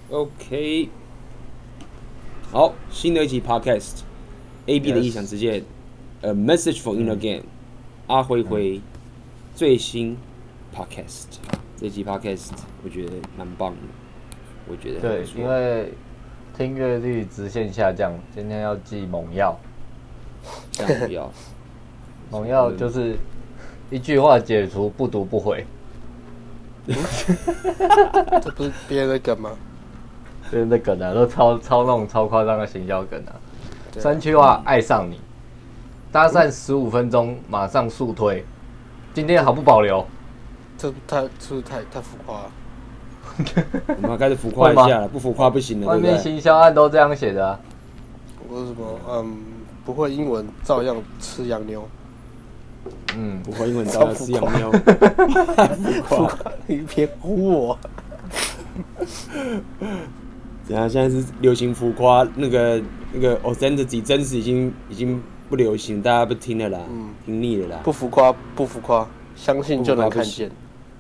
OK， 好，新的一集 Podcast，AB 的异想之剑 ，A Message for Inner Game，阿辉辉最新 Podcast， 这集 Podcast 我觉得蛮棒的，我觉得对，因为听阅率直线下降，今天要记猛药。 猛药， 猛药就是一句话解除，不读不回。 这不是别人的梗吗？ 别人的梗啊，都超那种超夸张的行销梗啊。3句话爱上你，搭讪15分钟，马上速推。今天毫不保留。 这是不是太浮夸了？ 我们要开始浮夸一下了，不浮夸不行了， 外面对不对？ 行销案都这样写的啊。 我什么不会英文照样吃洋妞。 不会英文照样吃洋妞， 浮夸，你别唬我。 怎样？现在是流行浮夸，那个 authenticity 真实已经不流行，大家不听了啦，听腻了啦。 不浮夸，相信就能看见。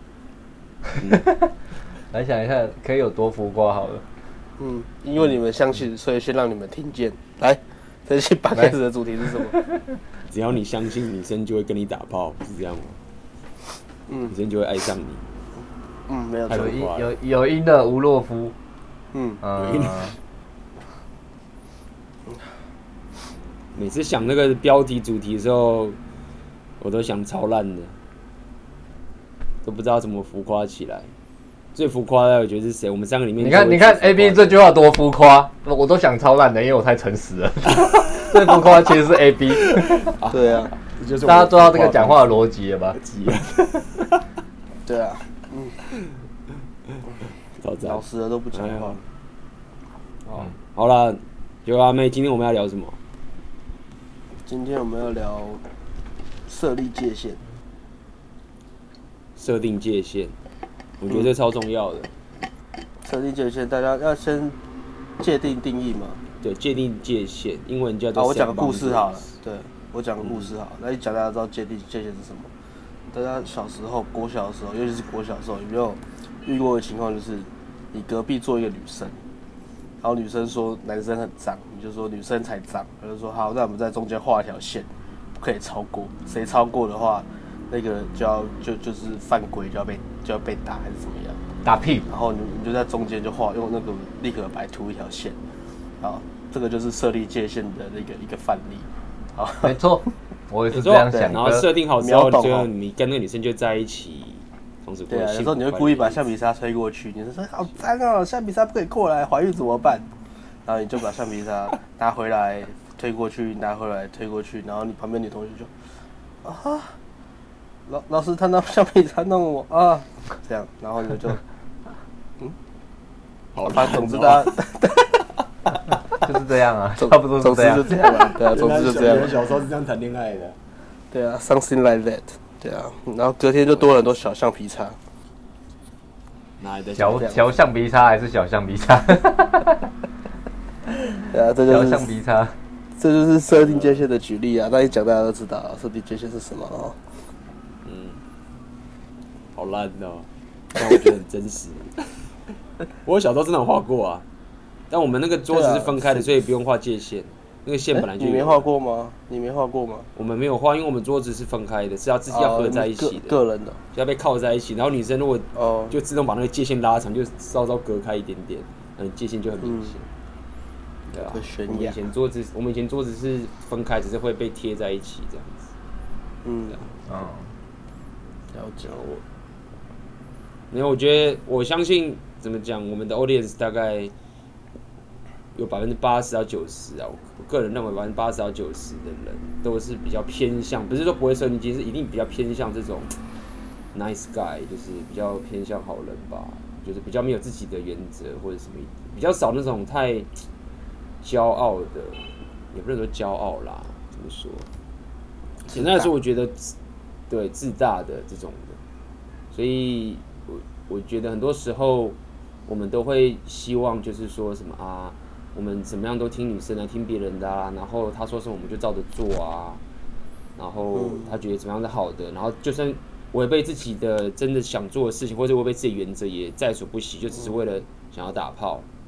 来想一下，可以有多浮夸好了。 因为你们相信，所以先让你们听见。来，这期八开始的主题是什么？ 只要你相信，女生就会跟你打炮，是这样吗？女生就会爱上你。 没有错。 有音的吴洛夫。 每次想那个标题主题的时候，我都想超烂的，都不知道怎么浮夸起来。最浮夸的，我觉得是谁？我们3个里面， 你看 AB 这句话多浮夸，我都想超烂的，因为我太诚实了。最浮夸其实是 AB。 对啊， 大家知道这个讲话的逻辑了吧？ 对啊， 老老实的都不讲话。 好啦，就阿妹，今天我们要聊什么？ 今天我们要聊设立界限。 设定界限，我觉得这超重要的。 设定界限，大家要先界定定义嘛。 对，界定界限，英文叫做。 我讲个故事好了。对，我讲个故事好了，那一讲大家知道界定界限是什么？大家小时候，国小的时候，尤其是国小的时候，有没有遇过的情况，就是你隔壁坐一个女生，然后女生说男生很脏，你就说女生才脏，他就说好，那我们在中间画一条线，不可以超过，谁超过的话，那个就是犯规，就要被打还是怎么样？ 打屁！ 然后你就在中间就画用那个立可白涂一条线，啊，这个就是设立界限的一个范例。好， 没错，我也是这样想的。 然后设定好之后，就你跟那个女生就在一起，从此过对啊，有时候你会故意把橡皮擦推过去，你说好脏哦，橡皮擦不可以过来，怀孕怎么办？然后你就把橡皮擦拿回来推过去，拿回来推过去，然后你旁边女同学就啊，老师他拿橡皮擦弄我啊，这样，然后你就好吧，总之大家。 就是这样啊，差不多是这样。 总之就这样啊，对啊，总之就这样。 我小时候是这样谈恋爱的。 对啊 ，something like that。对啊，然后隔天就多了很多小橡皮擦。 哪来的小橡皮擦还是小橡皮擦？ 对啊，这就是小橡皮擦。 这就是设定界限的举例啊，那一讲大家都知道啊，设定界限是什么哦。 好烂哦，但我觉得很真实。我小时候真的有画过啊。但我们那个桌子是分开的，所以不用画界限。那个线本来就有。 你没画过吗？ 我们没有画，因为我们桌子是分开的，是要自己要合在一起的。 个人的。 就要被靠在一起，然后女生如果就自动把那个界限拉长，就稍稍隔开一点点，界限就很明显。对啊。我们以前桌子是分开，只是会被贴在一起这样子。 了解我。 因为我相信怎么讲，我们的 audience 大概有80%到90%啊，我个人认为80%到90%的人都是比较偏向，不是说不会设定界限，是一定比较偏向这种 nice guy， 就是比较偏向好人吧，就是比较没有自己的原则或者什么，比较少那种太骄傲的，也不能说骄傲啦，怎么说？简单来说，我觉得对自大的这种的，所以我觉得很多时候我们都会希望就是说什么啊。我们怎么样都听女生来听别人的啊，然后她说什么我们就照着做啊，然后她觉得怎么样是好的，然后就算违背自己的真的想做的事情，或者违背自己的原则也在所不惜，就只是为了想要打炮，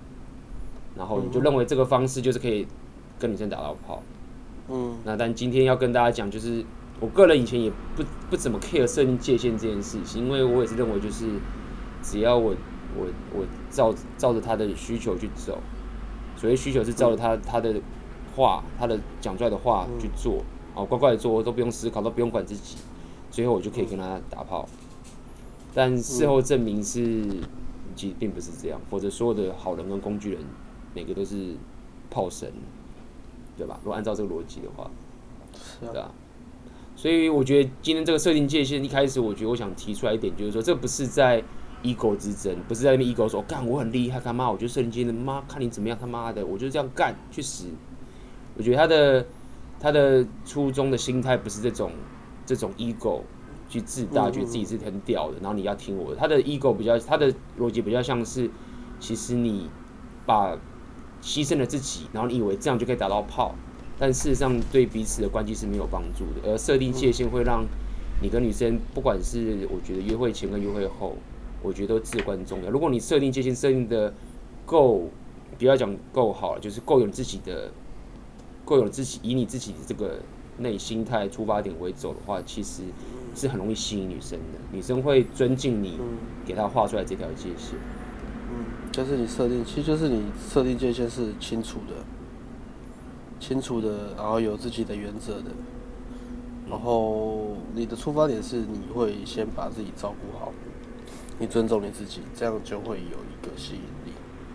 然后你就认为这个方式就是可以跟女生打到炮。那但今天要跟大家讲，就是我个人以前也不怎么 care 设定界限这件事情，因为我也是认为就是只要我照着他的需求去走，所谓需求是照着他的话，他的讲出来的话去做，乖乖的做，都不用思考，都不用管自己，最后我就可以跟他打炮。但事后证明其实并不是这样，否则所有的好人跟工具人每个都是炮神，对吧？如果按照这个逻辑的话，对啊。所以我觉得今天这个设定界限，一开始我觉得我想提出来一点，就是说这不是在 ego 之争，不是在那边 ego 说干我很厉害，干妈我觉得设定界限妈看你怎么样，他妈的我就这样干去死。我觉得他的初衷的心态不是这种 ego 去自大，觉得自己是很屌的，然后你要听我的。他的 ego 他的逻辑比较像是，其实你把牺牲了自己，然后你以为这样就可以打到炮。但事实上对彼此的关系是没有帮助的，而设定界限会让你跟女生，不管是我觉得约会前跟约会后，我觉得都至关重要。如果你设定界限设定的够，不要讲够好了，就是够有自己以你自己的这个内心态出发点为走的话，其实是很容易吸引女生的。女生会尊敬你给她画出来这条界限。 就是你设定，其实就是你设定界限是清楚的，然后有自己的原则的，然后你的出发点是你会先把自己照顾好，你尊重你自己，这样就会有一个吸引力。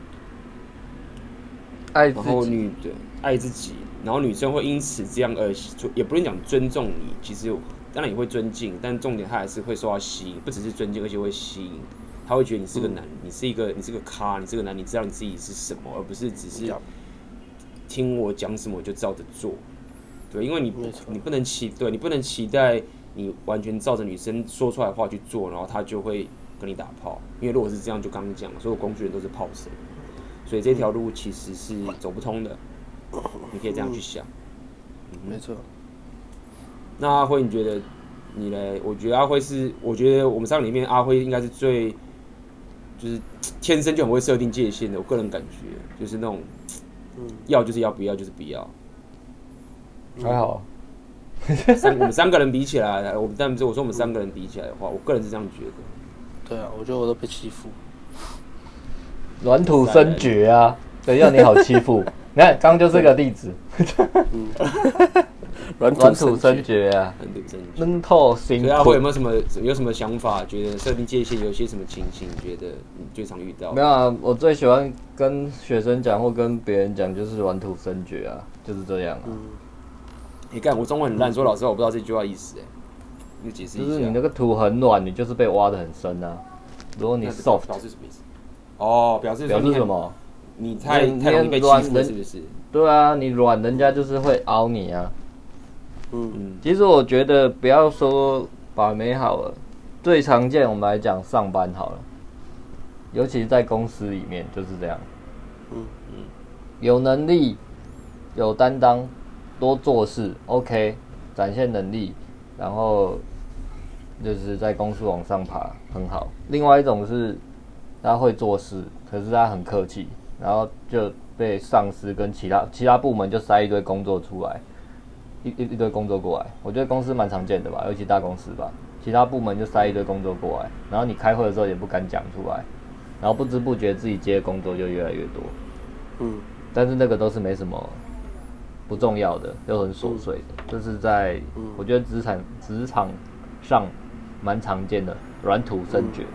爱自己， 然后爱自己，然后女生会因此这样也不能讲尊重你，其实当然也会尊敬，但重点她还是会受到吸引，不只是尊敬，而且会吸引。她会觉得你是个男，你是个咖，你是个男，你知道你自己是什么，而不是只是听我讲什么我就照着做。对，因为你不能期待你完全照着女生说出来的话去做，然后她就会跟你打炮。因为如果是这样，就刚刚讲，所有工具人都是炮神，所以这条路其实是走不通的。你可以这样去想。 没错。 那阿辉，你觉得你嘞？我觉得我们三个里面，阿辉应该是最就是天生就很会设定界限的。我个人感觉就是那种，要就是要，不要就是不要。 还好。 我们三个人比起来，我说我们三个人比起来的话，我个人是这样觉得。 对啊，我觉得我都被欺负。 软土生绝啊！谁要你好欺负？你看，刚就是个例子。软土生绝啊！闷透辛苦。 所以阿辉有什么想法？觉得设定界限有些什么情形？觉得你最常遇到？ 没有啊，我最喜欢跟学生讲或跟别人讲，就是软土生绝啊，就是这样啊。 你看我中文很烂，说老实话，我不知道这句话意思你解释一下。 就是你那个土很软，你就是被挖得很深啊。如果你 soft， 表示什么意思？哦，表示什么？ 你太容易被欺负，是不是？ 对啊，你软，人家就是会凹你啊。其实我觉得不要说把妹好了，最常见我们来讲上班好了，尤其是在公司里面就是这样。有能力，有担当，多做事 ，OK， 展现能力，然后就是在公司往上爬，很好。另外一种是他会做事，可是他很客气，然后就被上司跟其他部门就塞一堆工作出来。一堆工作过来，我觉得公司蛮常见的吧，尤其大公司吧，其他部门就塞一堆工作过来，然后你开会的时候也不敢讲出来，然后不知不觉自己接的工作就越来越多。但是那个都是没什么不重要的，又很琐碎的，就是在我觉得职场上蛮常见的软土生绝。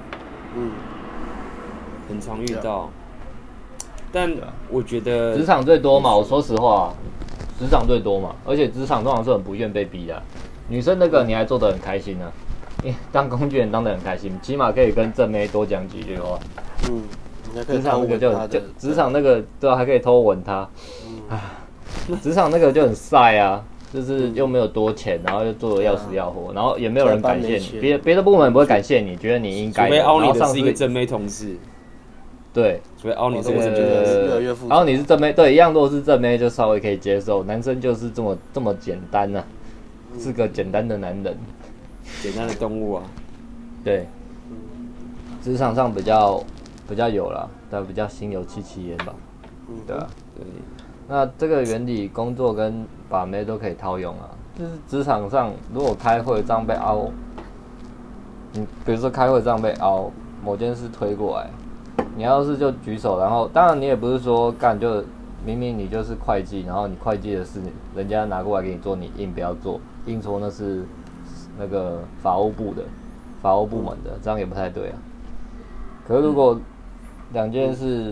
很常遇到，但我觉得职场最多嘛，我说实话。职场最多嘛，而且职场通常是很不愿被逼的。女生那个你还做得很开心啊，当工具人当得很开心，起码可以跟正妹多讲几句话。职场那个就职场那个对啊，还可以偷吻她。职场那个就很晒啊，就是又没有多钱，然后又做得要死要活，然后也没有人感谢你，别的部门不会感谢你，觉得你应该。 除非凹你的是一个正妹同事。 对， 除非凹你是然后你是正妹，对，一样如果是正妹就稍微可以接受，男生就是这么简单啊，是个简单的男人， 简单的动物啊。 对，职场上比较有啦，但比较心有戚戚焉吧。 对啊，对。那这个原理，工作跟把妹都可以套用啊。就是职场上，如果开会这样被凹，你比如说开会这样被凹，某件事推过来，你要是就举手，然后当然你也不是说干就明明你就是会计，然后你会计的事人家拿过来给你做，你硬不要做，硬说那是那个法务部门的，这样也不太对啊。可是如果两件事，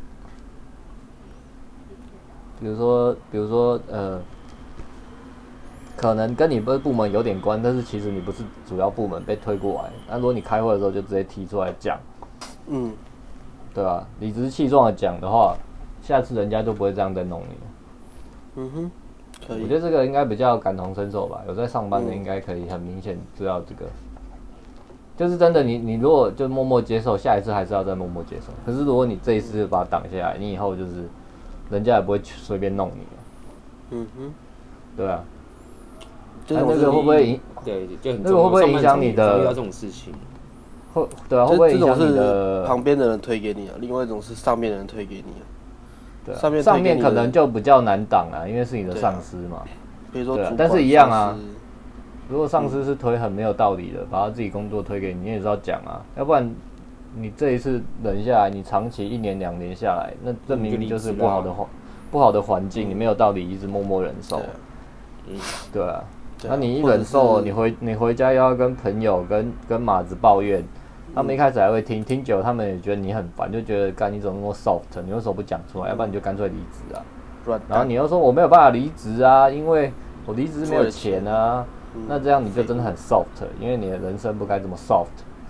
比如说可能跟你部门有点关，但是其实你不是主要部门被推过来。那如果你开会的时候就直接提出来讲，对吧？理直气壮的讲的话，下次人家就不会这样再弄你了。可以。我觉得这个应该比较感同身受吧。有在上班的应该可以很明显知道这个。就是真的你如果就默默接受，下一次还是要再默默接受。可是如果你这一次就把它挡下来，你以后就是人家也不会随便弄你了。对啊。那个会不会影？ 对，就很那个会不会影响你的？ 遇到这种事情。 对啊，会不会影响你的？ 旁边的人推给你啊，另外一种是上面的人推给你啊。 对啊，上面可能就比较难挡啊，因为是你的上司嘛。 比如说主管， 但是一样啊。如果上司是推很没有道理的，把他自己工作推给你，你也是要讲啊，要不然你这一次忍下来，你长期1年2年下来，那这明明就是不好的环境，你没有道理一直默默忍受。对啊。那你一忍受，你回家又要跟朋友跟马子抱怨，他们一开始还会听久，他们也觉得你很烦，就觉得干你怎么那么 soft， 你为什么不讲出来？要不然你就干脆离职啊。然后你又说我没有办法离职啊，因为我离职没有钱啊。那这样你就真的很 soft， 因为你的人生不该这么 soft。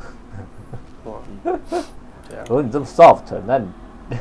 如果你这么 soft， 那你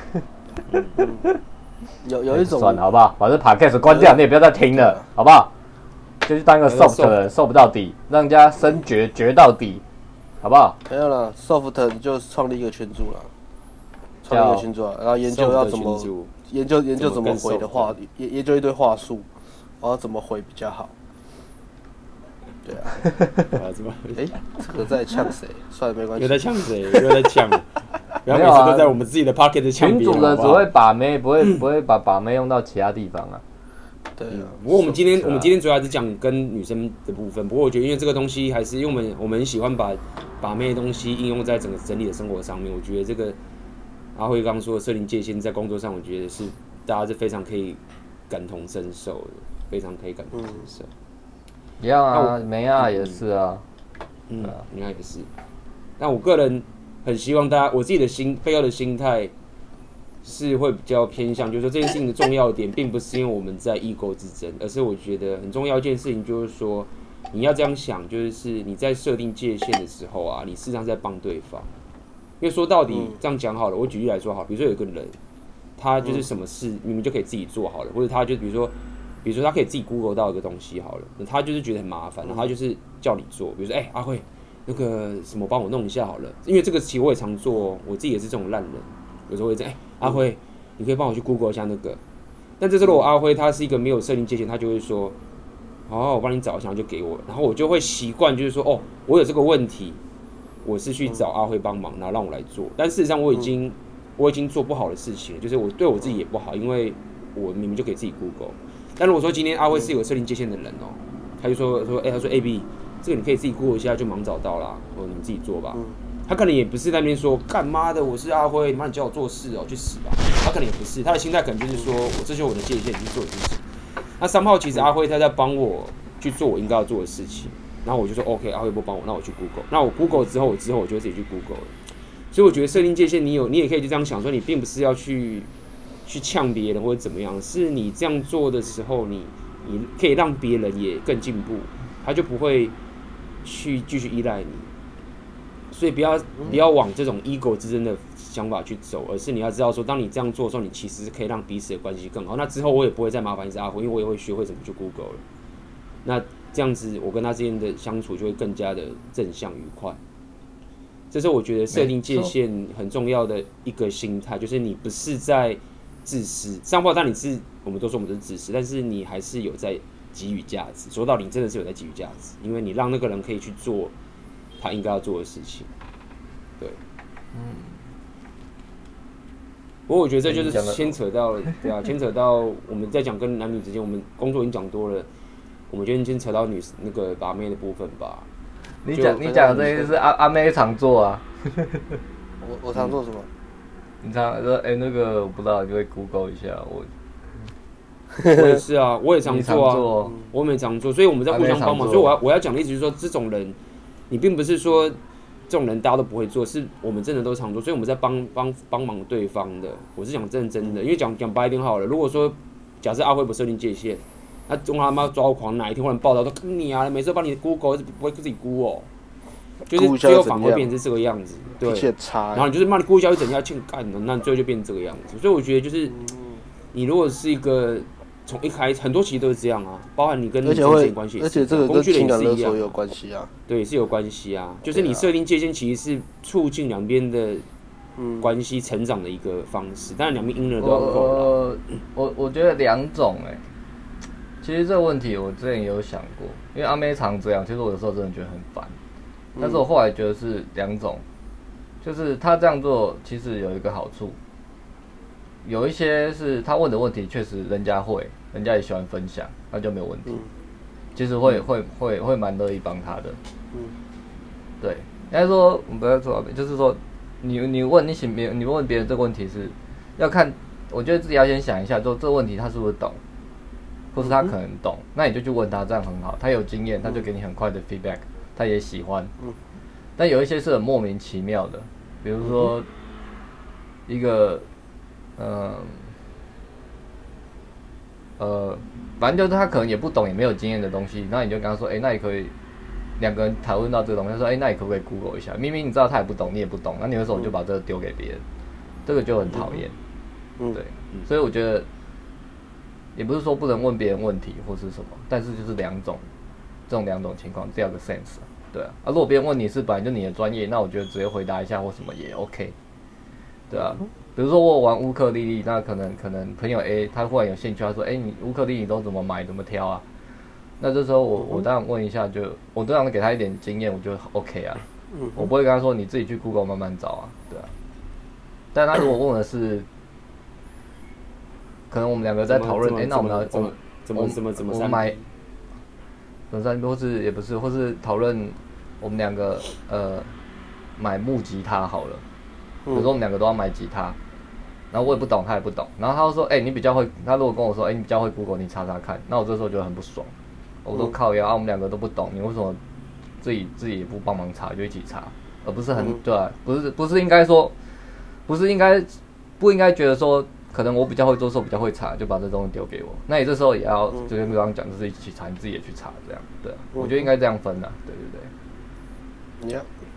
有一种算了好不好？把这 podcast 关掉，你也不要再听了，好不好？就去当一个 soft 的人，受不到底，让人家深绝到底，好不好？ 没有了 ，soft 你就创立一个群组了，创立一个群组，然后研究要怎么研究怎么回的话，研究一堆话术，然后怎么回比较好。对啊，这个在呛谁？算了，没关系。 又在呛谁？又在呛。不要每次都在我们自己的 pocket 的呛别人。 群主的只会把妹，不会把妹用到其他地方啊。 对啊。 不过我们今天主要还是讲跟女生的部分。不过我觉得，因为这个东西还是因为我们很喜欢把妹的东西应用在整个整体的生活上面。我觉得这个阿辉刚刚说的设定界限，在工作上，我觉得是大家是非常可以感同身受的，非常可以感同身受。 一样啊，梅亚也是啊， 梅亚也是。那我个人很希望大家，我自己的背后的心态是会比较偏向，就是说这件事情的重要点，并不是因为我们在ego之争，而是我觉得很重要一件事情，就是说你要这样想，就是你在设定界限的时候啊，你事实上在帮对方。因为说到底，这样讲好了，我举例来说好，比如说有一个人，他就是什么事明明就可以自己做好了，或者他就比如说他可以自己 Google 到一个东西好了，那他就是觉得很麻烦，然后他就是叫你做，比如说阿辉，那个什么帮我弄一下好了，因为这个其实我也常做，我自己也是这种烂人，有时候会这样，阿辉，你可以帮我去 Google 一下那个，但这时候如果阿辉他是一个没有设定界限，他就会说，好，我帮你找一下就给我，然后我就会习惯就是说，我有这个问题，我是去找阿辉帮忙，然后让我来做，但事实上我已经做不好的事情了，就是我对我自己也不好，因为我明明就可以自己 Google。但如果说今天阿辉是有设定界限的人他就说他说 AB 这个你可以自己 Google 一下就忙找到啦，你们自己做吧。他可能也不是在那边说干妈的我是阿辉，妈你叫我做事去死吧。他可能也不是，他的心态可能就是说我这就是我的界限，你去做你自己。那3号其实阿辉他在帮我去做我应该要做的事情，然后我就说 OK 阿辉不帮我，那我去 Google。那我 Google 之后我就会自己去 Google 了。所以我觉得设定界限你也可以就这样想说，你并不是要去呛别人或者怎么样，是你这样做的时候，你可以让别人也更进步，他就不会去继续依赖你。所以不要往这种 ego 之争的想法去走，而是你要知道说，当你这样做的时候，你其实是可以让彼此的关系更好。那之后我也不会再麻烦你是阿辉，因为我也会学会怎么去 Google 了。那这样子，我跟他之间的相处就会更加的正向愉快。这是我觉得设定界限很重要的一个心态，就是你不是在自私。上报当你是，我们都说我们是自私，但是你还是有在给予价值。说到底，你真的是有在给予价值，因为你让那个人可以去做他应该要做的事情。对， 不过我觉得这就是牵扯到，对啊，牵扯到我们在讲跟男女之间，我们工作已经讲多了，我们就牵扯到那个把妹的部分吧。 你讲的这些是阿妹常做啊。 我常做什么？ 你常说那个我不知道，你会 Google 一下我。 我也是啊，我也常做啊，我也常做，所以我们在互相帮忙。所以我要讲的意思就是说，这种人，你并不是说这种人大家都不会做，是我们真的都常做，所以我们在帮忙对方的。我是讲认真的，因为讲白一点好了。如果说假设阿辉不设定界限，那中他妈抓狂，哪一天忽然报道说你啊，每次帮你 Google 不会自己估哦，就是最后反而会变成这个样子，对。然后你就是骂你估一下会怎样欠干的，那最后就变成这个样子。所以我觉得就是你如果是一个从一开始很多其实都是这样啊，包含你跟女生之间关系， 而且这个跟情感勒索有关系啊， 对，是有关系啊。就是你设定界限，其实是促进两边的关系成长的一个方式，当然两边因人都要够。 我觉得两种其实这个问题我之前也有想过，因为阿妹常这样，其实我有时候真的觉得很烦。但是我后来觉得是两种，就是他这样做其实有一个好处，有一些是他问的问题确实人家会，人家也喜欢分享，那就没有问题。其实会蛮乐意帮他的。对，应该说我们不要说，就是说你问别人这个问题是要看，我觉得自己要先想一下，说这个问题他是不是懂。或是他可能懂，那你就去问他，这样很好。他有经验，他就给你很快的 feedback， 他也喜欢。但有一些是很莫名其妙的，比如说一个反正就是他可能也不懂，也没有经验的东西，那你就跟他说，那也可以两个人讨论到这个东西，他说，那你可不可以 Google 一下？明明你知道他也不懂，你也不懂，那你为什么就把这个丢给别人？这个就很讨厌。对，所以我觉得。也不是说不能问别人问题或是什么，但是就是两种情况，这样的 sense， 对啊。如果别人问你是本来就你的专业，那我觉得直接回答一下或什么也 OK， 对啊。比如说我玩乌克丽丽，那可能朋友 A 他忽然有兴趣，他说，你乌克丽丽都怎么买怎么挑啊？那这时候我当然问一下，我当然给他一点经验，我觉得 OK 啊。我不会跟他说你自己去 Google 慢慢找啊，对啊。但他如果问的是。可能我们两个在讨论，那我们怎么买？或是也不是，或是讨论我们两个买木吉他好了。比如说我们两个都要买吉他，然后我也不懂，他也不懂，然后他就说，你比较会。他如果跟我说，你比较会 Google， 你查查看，那我这时候就很不爽。我都靠腰啊，我们两个都不懂，你为什么自己也不帮忙查，就一起查，而不是对啊，不是应该说，不应该觉得说。可能我比较会做，比较会查，就把这东西丢给我。那你这时候也要，就跟刚刚讲，就是一起查，你自己也去查，这样，对。我觉得应该这样分啊，对。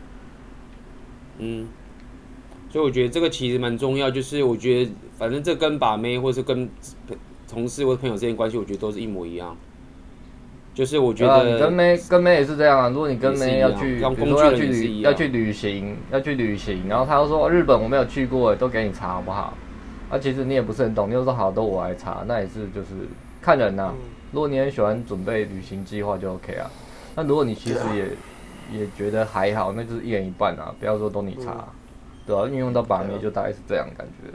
所以我觉得这个其实蛮重要，就是我觉得反正这跟把妹或是跟同事或朋友之间关系，我觉得都是一模一样。就是我觉得， 你跟妹也是这样啊。如果你跟妹要去，比如说要去旅行，然后他又说日本我没有去过，都给你查好不好？其实你也不是很懂，你就说好，都我来查，那也是就是看人呐。如果你很喜欢准备旅行计划就 OK 啊。那如果你其实也觉得还好，那就是一人一半啊，不要说都你查，对啊，运用到把妹就大概是这样的感觉。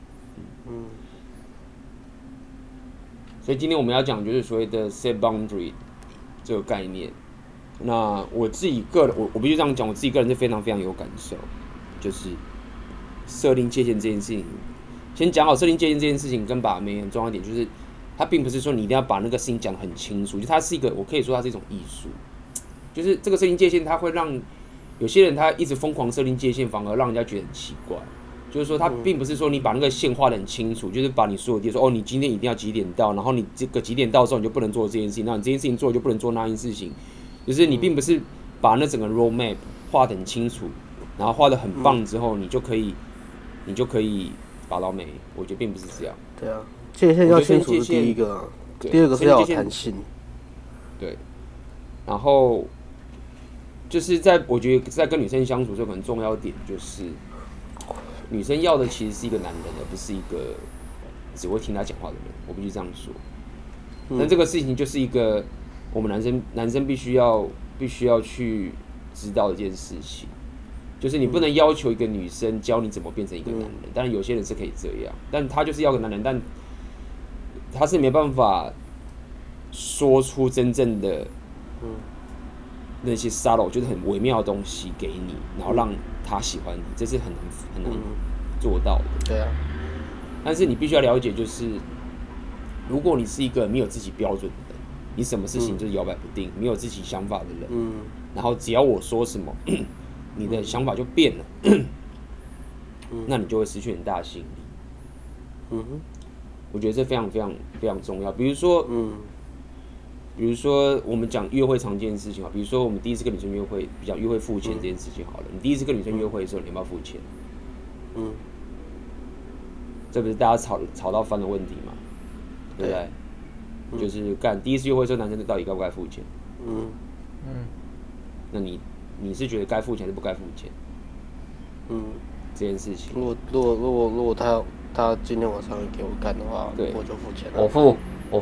所以今天我们要讲就是所谓的 set boundary 这个概念。那我自己个人，我必须这样讲，我自己个人是非常非常有感受，就是设定界限这件事情。先讲好设定界限这件事情跟把妹很重要一点，就是它并不是说你一定要把那个事情讲得很清楚，就它是一个，我可以说它是一种艺术，就是这个设定界限，它会让有些人他一直疯狂设定界限，反而让人家觉得很奇怪。就是说，它并不是说你把那个线画得很清楚，就是把你所有的说，你今天一定要几点到，然后你这个几点到之后你就不能做这件事情，那你这件事情做就不能做那件事情，就是你并不是把那整个 roadmap 画得很清楚，然后画得很棒之后，你就可以把到妹，我觉得并不是这样。 对啊，界限要清楚是第一个，第二个是要有弹性。 对，然后就是我觉得在跟女生相处的时候，很重要一点就是，女生要的其实是一个男人，而不是一个只会听他讲话的人。我必须这样说。但这个事情就是一个我们男生必须要去知道的一件事情。 就是你不能要求一个女生教你怎么变成一个男人，当然有些人是可以这样，但他就是要个男人，但他是没办法说出真正的那些 subtle 就是很微妙的东西给你，然后让他喜欢你，这是很难做到的。 对啊。 但是你必须要了解，就是如果你是一个没有自己标准的人，你什么事情就是摇摆不定，没有自己想法的人，然后只要我说什么，你的想法就变了，那你就会失去很大的吸引力。我觉得这非常非常非常重要。比如说我们讲约会常见的事情啊，比如说我们第一次跟女生约会，比较约会付钱这件事情好了。你第一次跟女生约会的时候，你要不要付钱？这不是大家吵到翻的问题嘛？对不对？就是第一次约会的时候，男生到底该不该付钱？那你是觉得该付钱还是不该付钱？这件事情。 如果他今天晚上给我干的话，我就付钱了。 我付。 我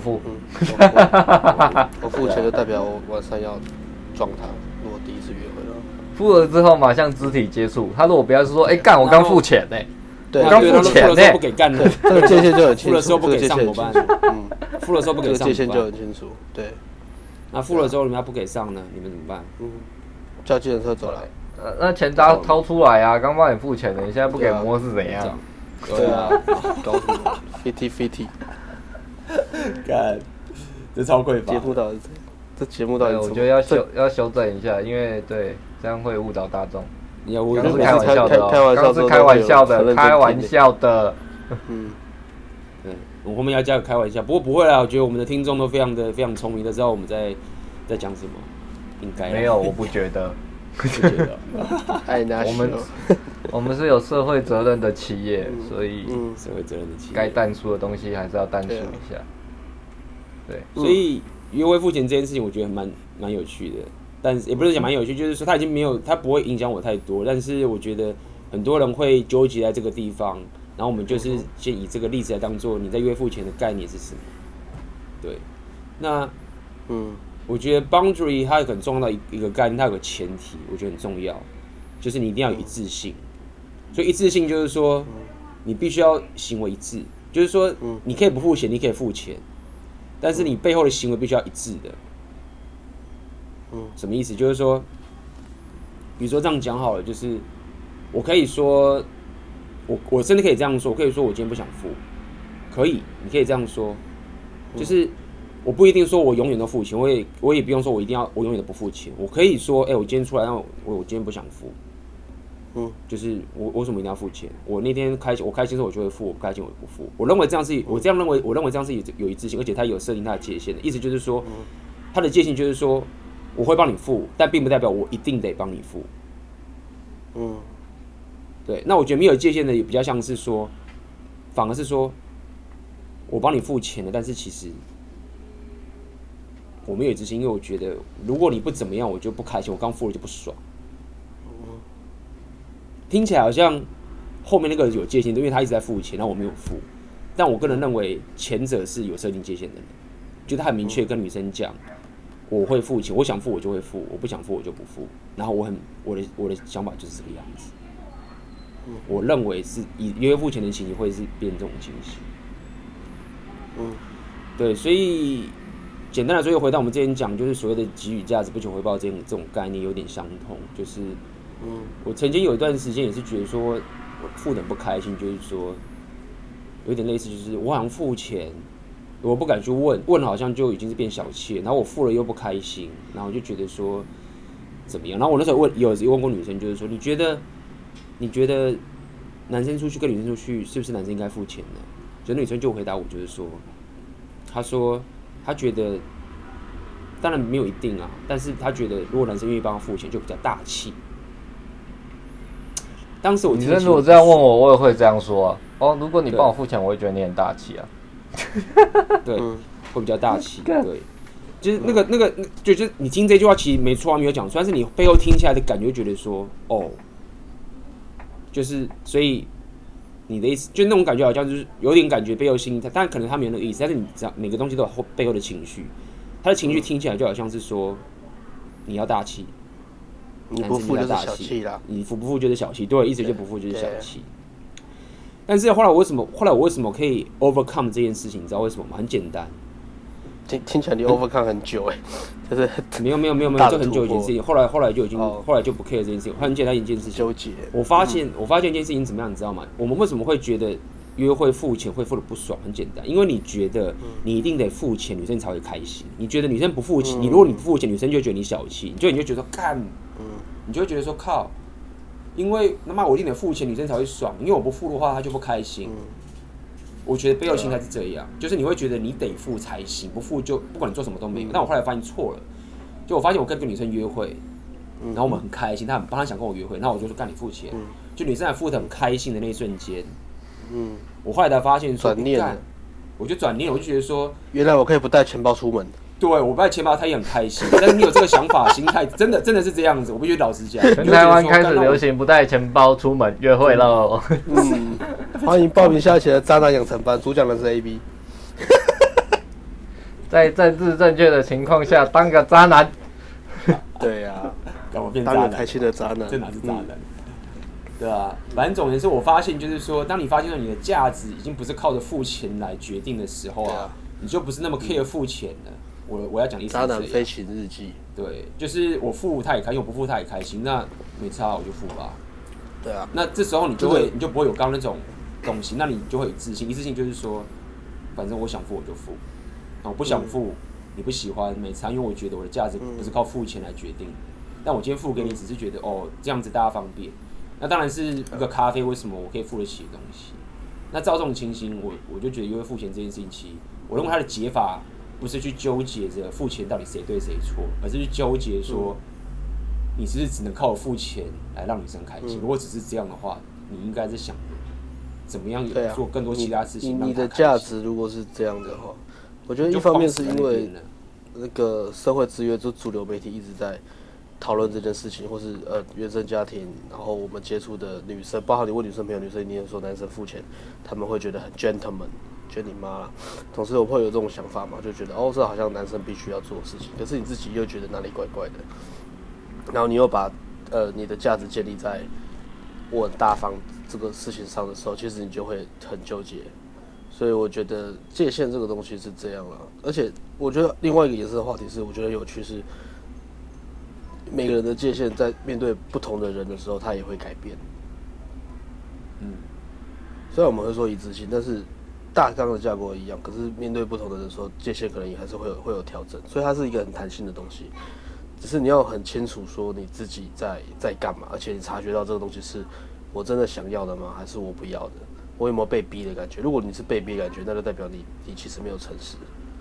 付钱就代表我晚上要撞他。如果第一次约会了， 付了之后马上肢体接触。他如果不要是说，干我刚付钱呢， 对， 我刚付钱呢， 不给干的， 这个界限就很清楚。 付的时候不给上怎么办？付的时候不给上， 界限就很清楚。对。 那付了之后你们要不给上呢？你们怎么办？ 叫计程车走来。 那钱掏出来啊！刚帮你付钱了，你现在不给摸是怎样？ 对啊，搞什么 ？50-50。 干，这超匮乏。 节目到底我觉得要修正一下，因为对这样会误导大众。 刚是开玩笑的，刚是开玩笑的。 对，我后面要加个开玩笑，不过不会啦，我觉得我们的听众都非常聪明，都知道我们在讲什么。应该没有，我不觉得。 不觉得。 我们是有社会责任的企业，所以社会责任的企业该淡出的东西还是要淡出一下。对， 所以约会付钱这件事情，我觉得蛮有趣的，但是也不是讲蛮有趣，就是说它不会影响我太多，但是我觉得很多人会纠结在这个地方，然后我们就是先以这个例子来当做你在约会付钱的概念是什么。对，那我觉得 boundary 它有很重要的一个概念，它有个前提，我觉得很重要，就是你一定要有一致性。所以一致性就是说，你必须要行为一致，就是说，你可以不付钱，你可以付钱，但是你背后的行为必须要一致的。什么意思？就是说，比如说这样讲好了，就是我可以说，我真的可以这样说，我可以说我今天不想付，可以，你可以这样说，就是我不一定说我永远都付钱，我也不用说我永远都不付钱，我可以说，我今天出来，我今天不想付。就是我为什么一定要付钱？我那天我开心的时候我就会付，我不开心我不付。我认为这样是有一致性，而且它有设定它的界限的。意思就是说，它的界限就是说，我会帮你付，但并不代表我一定得帮你付。对。那我觉得没有界限的也比较像是说，反而是说我帮你付钱了，但是其实我没有一致性，因为我觉得如果你不怎么样，我就不开心，我刚付了就不爽。听起来好像后面那个有界限，因为他一直在付钱，然后我没有付。但我个人认为前者是有设定界限的人，就他很明确跟女生讲，我会付钱，我想付我就会付，我不想付我就不付。然后我的想法就是这个样子。我认为是以约会付钱的情形会是变这种情形。对，所以简单来说，又回到我们之前讲，就是所谓的给予价值不求回报这种概念有点相同，就是。我曾经有一段时间也是觉得说，我付得很不开心，就是说，有点类似，就是我好像付钱，我不敢去问好像就已经是变小气，然后我付了又不开心，然后就觉得说怎么样？然后我那时候有问过女生，就是说，你觉得男生出去跟女生出去，是不是男生应该付钱呢？就女生就回答我，就是说，她说她觉得，当然没有一定啊，但是她觉得如果男生愿意帮她付钱，就比较大气。当时我女生如果这样问我，我也会这样说啊。如果你帮我付钱，我会觉得你很大气啊。 对，会比较大气。对，就是那个，就是你听这句话其实没错啊，没有讲错，但是你背后听起来的感觉，觉得说，就是所以你的意思，就那种感觉好像就是有点感觉背后心态，但可能他没有那个意思，但是你知道每个东西都有背后的情绪，他的情绪听起来就好像是说你要大气。 你不付就是小气啦， 你付不付就是小气，对，意思就不付就是小气。但是后来我为什么可以 overcome 这件事情？你知道为什么吗？很简单。 听起来你 overcome 很久就是没有，就很久以前事情。后来就已经，后来就不 care 这件事情。很简单一件事情， 纠结。我发现一件事情怎么样，你知道吗？我们为什么会觉得约会付钱会付的不爽？很简单，因为你觉得你一定得付钱，女生才会开心。你觉得女生不付钱，如果你不付钱，女生就觉得你小气，你就觉得说干，你就会觉得说靠。因为他妈我一定得付钱，女生才会爽。因为我不付的话，她就不开心。我觉得背后心态是这样，就是你会觉得你得付才行，不付就不管你做什么都没有。但我后来发现错了，就我发现我跟这个女生约会，然后我们很开心，她想跟我约会，然后我就说干你付钱，就女生还付得很开心的那一瞬间，我后来才发现说转念了， 我就转念了，我就觉得说原来我可以不带钱包出门。 对，我不带钱包，他也很开心。但是你有这个想法、心态，真的是这样子。我必须老实讲。 全台湾开始流行不带钱包出门约会喽。 欢迎报名下期的渣男养成班，主讲人是 AB。 在政治正确的情况下，当个渣男。 对呀， 当个开心的渣男， 这哪是渣男？对啊，反正总之是我发现，就是说，当你发现你的价值已经不是靠着付钱来决定的时候啊，你就不是那么 care 付钱了。我要讲意思是渣男飞行日记。 对，就是我付他也开心，我不付他也开心，那没差我就付吧。 对啊。 那这时候你就不会有刚刚那种东西，那你就会有自信。一次性就是说，反正我想付我就付，我不想付你不喜欢没差，因为我觉得我的价值不是靠付钱来决定。但我今天付给你，只是觉得这样子大家方便。那当然是一个咖啡，为什么我可以付得起的东西？那照这种情形，我就觉得约会付钱这件事情，其实我认为它的解法。不是去纠结着付钱到底谁对谁错，而是去纠结说，你是不是只能靠我付钱来让女生开心？如果只是这样的话，你应该是想怎么样做更多其他事情让她开心。 你的价值如果是这样的话，我觉得一方面是因为那个社会资源，就主流媒体一直在讨论这件事情，或是原生家庭，然后我们接触的女生，包括你问女生朋友，女生一定会说男生付钱，他们会觉得很 gentleman。觉得你妈啦，同时我会有这种想法嘛，就觉得这好像男生必须要做的事情，可是你自己又觉得哪里怪怪的，然后你又把你的价值建立在我很大方这个事情上的时候，其实你就会很纠结。所以我觉得界限这个东西是这样啦，而且我觉得另外一个延伸的话题是，我觉得有趣是每个人的界限在面对不同的人的时候，他也会改变。虽然我们会说一致性，但是大纲的架构一样，可是面对不同的人的时候，界限可能也还是会有调整，所以它是一个很弹性的东西。只是你要很清楚说你自己在干嘛，而且你察觉到这个东西是我真的想要的吗？还是我不要的？我有没有被逼的感觉？如果你是被逼的感觉，那就代表你其实没有诚实。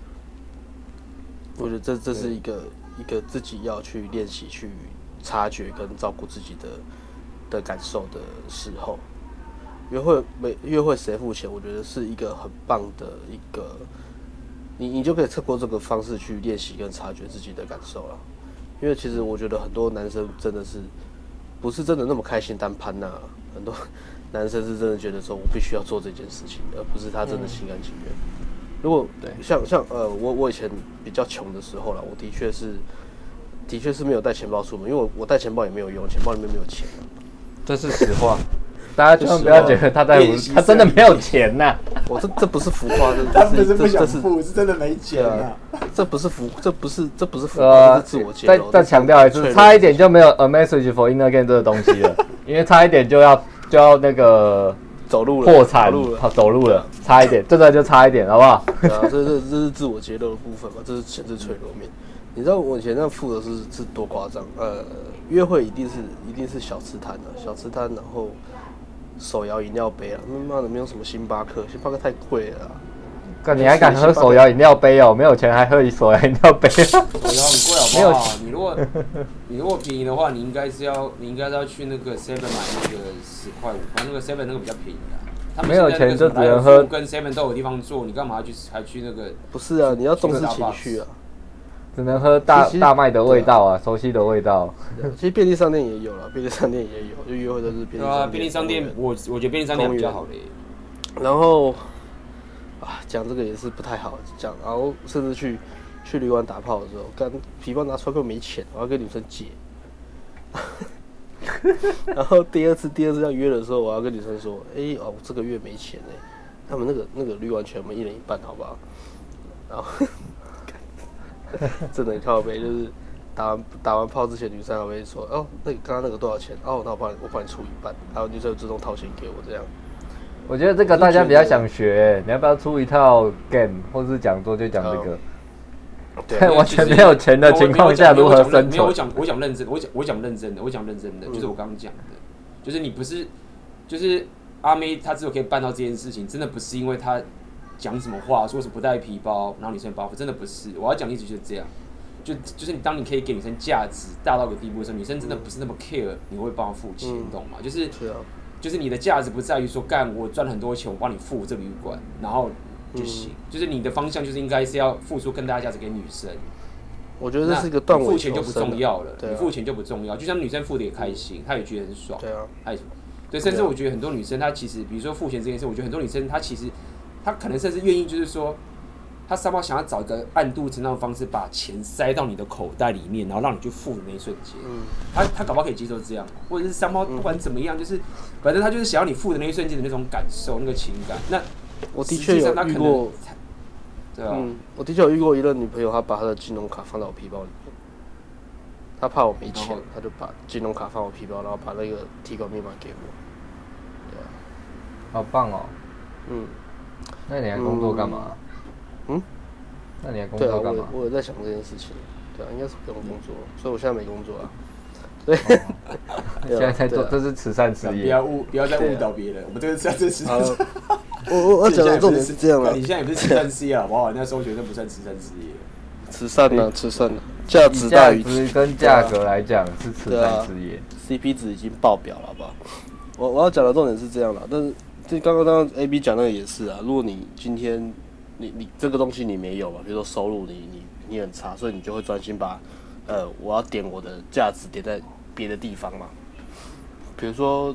我觉得这是一个自己要去练习、去察觉跟照顾自己的感受的时候。约会谁付钱？我觉得是一个很棒的一个，你就可以透过这个方式去练习跟察觉自己的感受了。因为其实我觉得很多男生真的是不是真的那么开心单攀呐，很多男生是真的觉得说我必须要做这件事情，而不是他真的心甘情愿。如果像我以前比较穷的时候啦，我的确是没有带钱包出门，因为我带钱包也没有用，钱包里面没有钱。 这是实话。大家千万不要觉得他真的没有钱呐！ 这不是浮夸， 他不是不想付，是真的没钱啊！ 这不是浮夸，这是自我揭露。 再强调一次，差一点就没有 A Message for Inner Game 这个东西了，因为差一点就要那个走路了， 破产走路了，差一点，真的就差一点，好不好？ 对啊，这是自我揭露的部分嘛，这是前置脆弱面。你知道我以前那付的是多夸张？约会一定是小吃摊啊，小吃摊，然后手摇饮料杯啊，妈的没有什么星巴克太贵了啦。 你还敢喝手摇饮料杯哦？没有钱还喝手摇饮料杯？ 手摇很贵好不好？你如果便宜的话，你应该是要去那个 Seven 买那个10块5块，那个 Seven 那个比较便宜的。他们没有钱就只能喝， 跟 Seven 都有地方做，你干嘛还去那个？ 不是啊，你要重视情绪啊。 只能喝大麦的味道啊，熟悉的味道。 其实便利商店也有了，便利商店也有，就约会都是便利商店。 便利商店，我觉得便利商店比较好的。 然后讲这个也是不太好讲，然后甚至去旅馆打炮的时候，皮包拿出来根本没钱，我要跟女生借， 然后第二次要约的时候，我要跟女生说，我这个月没钱他们那个旅馆钱我们1人1半，好不好？然后真的很靠北，就是打完炮之前，女生还会说，那刚刚那个多少钱？那我帮你出1半，然后女生自动掏钱给我这样。 我觉得这个大家比较想学，你要不要出一套 game 或是讲座就讲这个？在完全没有钱的情况下如何生存？没有， 我讲认真的，就是我刚刚讲的，就是你不是，就是阿妹她之所以可以办到这件事情，真的不是因为她讲什么话，说什么不带皮包，然后女生包袱，真的不是。我要讲的意思就是这样，就是当你可以给女生价值大到个地步的时候，女生真的不是那么 care 你会帮她付钱，你懂吗？就是你的价值不在于说我赚了很多钱，我帮你付这个旅馆，然后就行。就是你的方向就是应该是要付出更大的价值给女生。 我觉得这是一个断尾求生。 付钱就不重要了，你付钱就不重要。就像女生付的也开心，她也觉得很爽。 对啊。 对，甚至我觉得很多女生她其实，比如说付钱这件事，我觉得很多女生她其实她可能甚至愿意，就是说。他三毛想要找一个暗度陈仓的方式，把钱塞到你的口袋里面，然后让你去付的那一瞬间，他搞不好可以接受这样，或者是三毛不管怎么样，就是反正他就是想要你付的那一瞬间的那种感受、那个情感。那我的确有遇过， 对啊， 我的确有遇过一任女朋友，她把她的金融卡放到我皮包里面，她怕我没钱，她就把金融卡放我皮包，然后把那个提款密码给我。对啊， 好棒哦。那你还工作干嘛？那你还工作干嘛？ 我有在想这件事情，对啊，应该是不用工作，所以我现在没工作啊。对， 现在在做，这是慈善事业。 不要再误导别人，我们这个是慈善。 我讲的重点是这样了。 你现在也不是慈善事业好不好？那收学生不算慈善事业。 慈善呢，价值大于跟价格来讲是慈善事业。 CP 值已经爆表了，好不好？我要讲的重点是这样了，但是这刚刚 AB 讲那个也是啊，如果你今天。你这个东西你没有嘛？比如说收入你很差，所以你就会专心把我要点我的价值点在别的地方嘛。比如说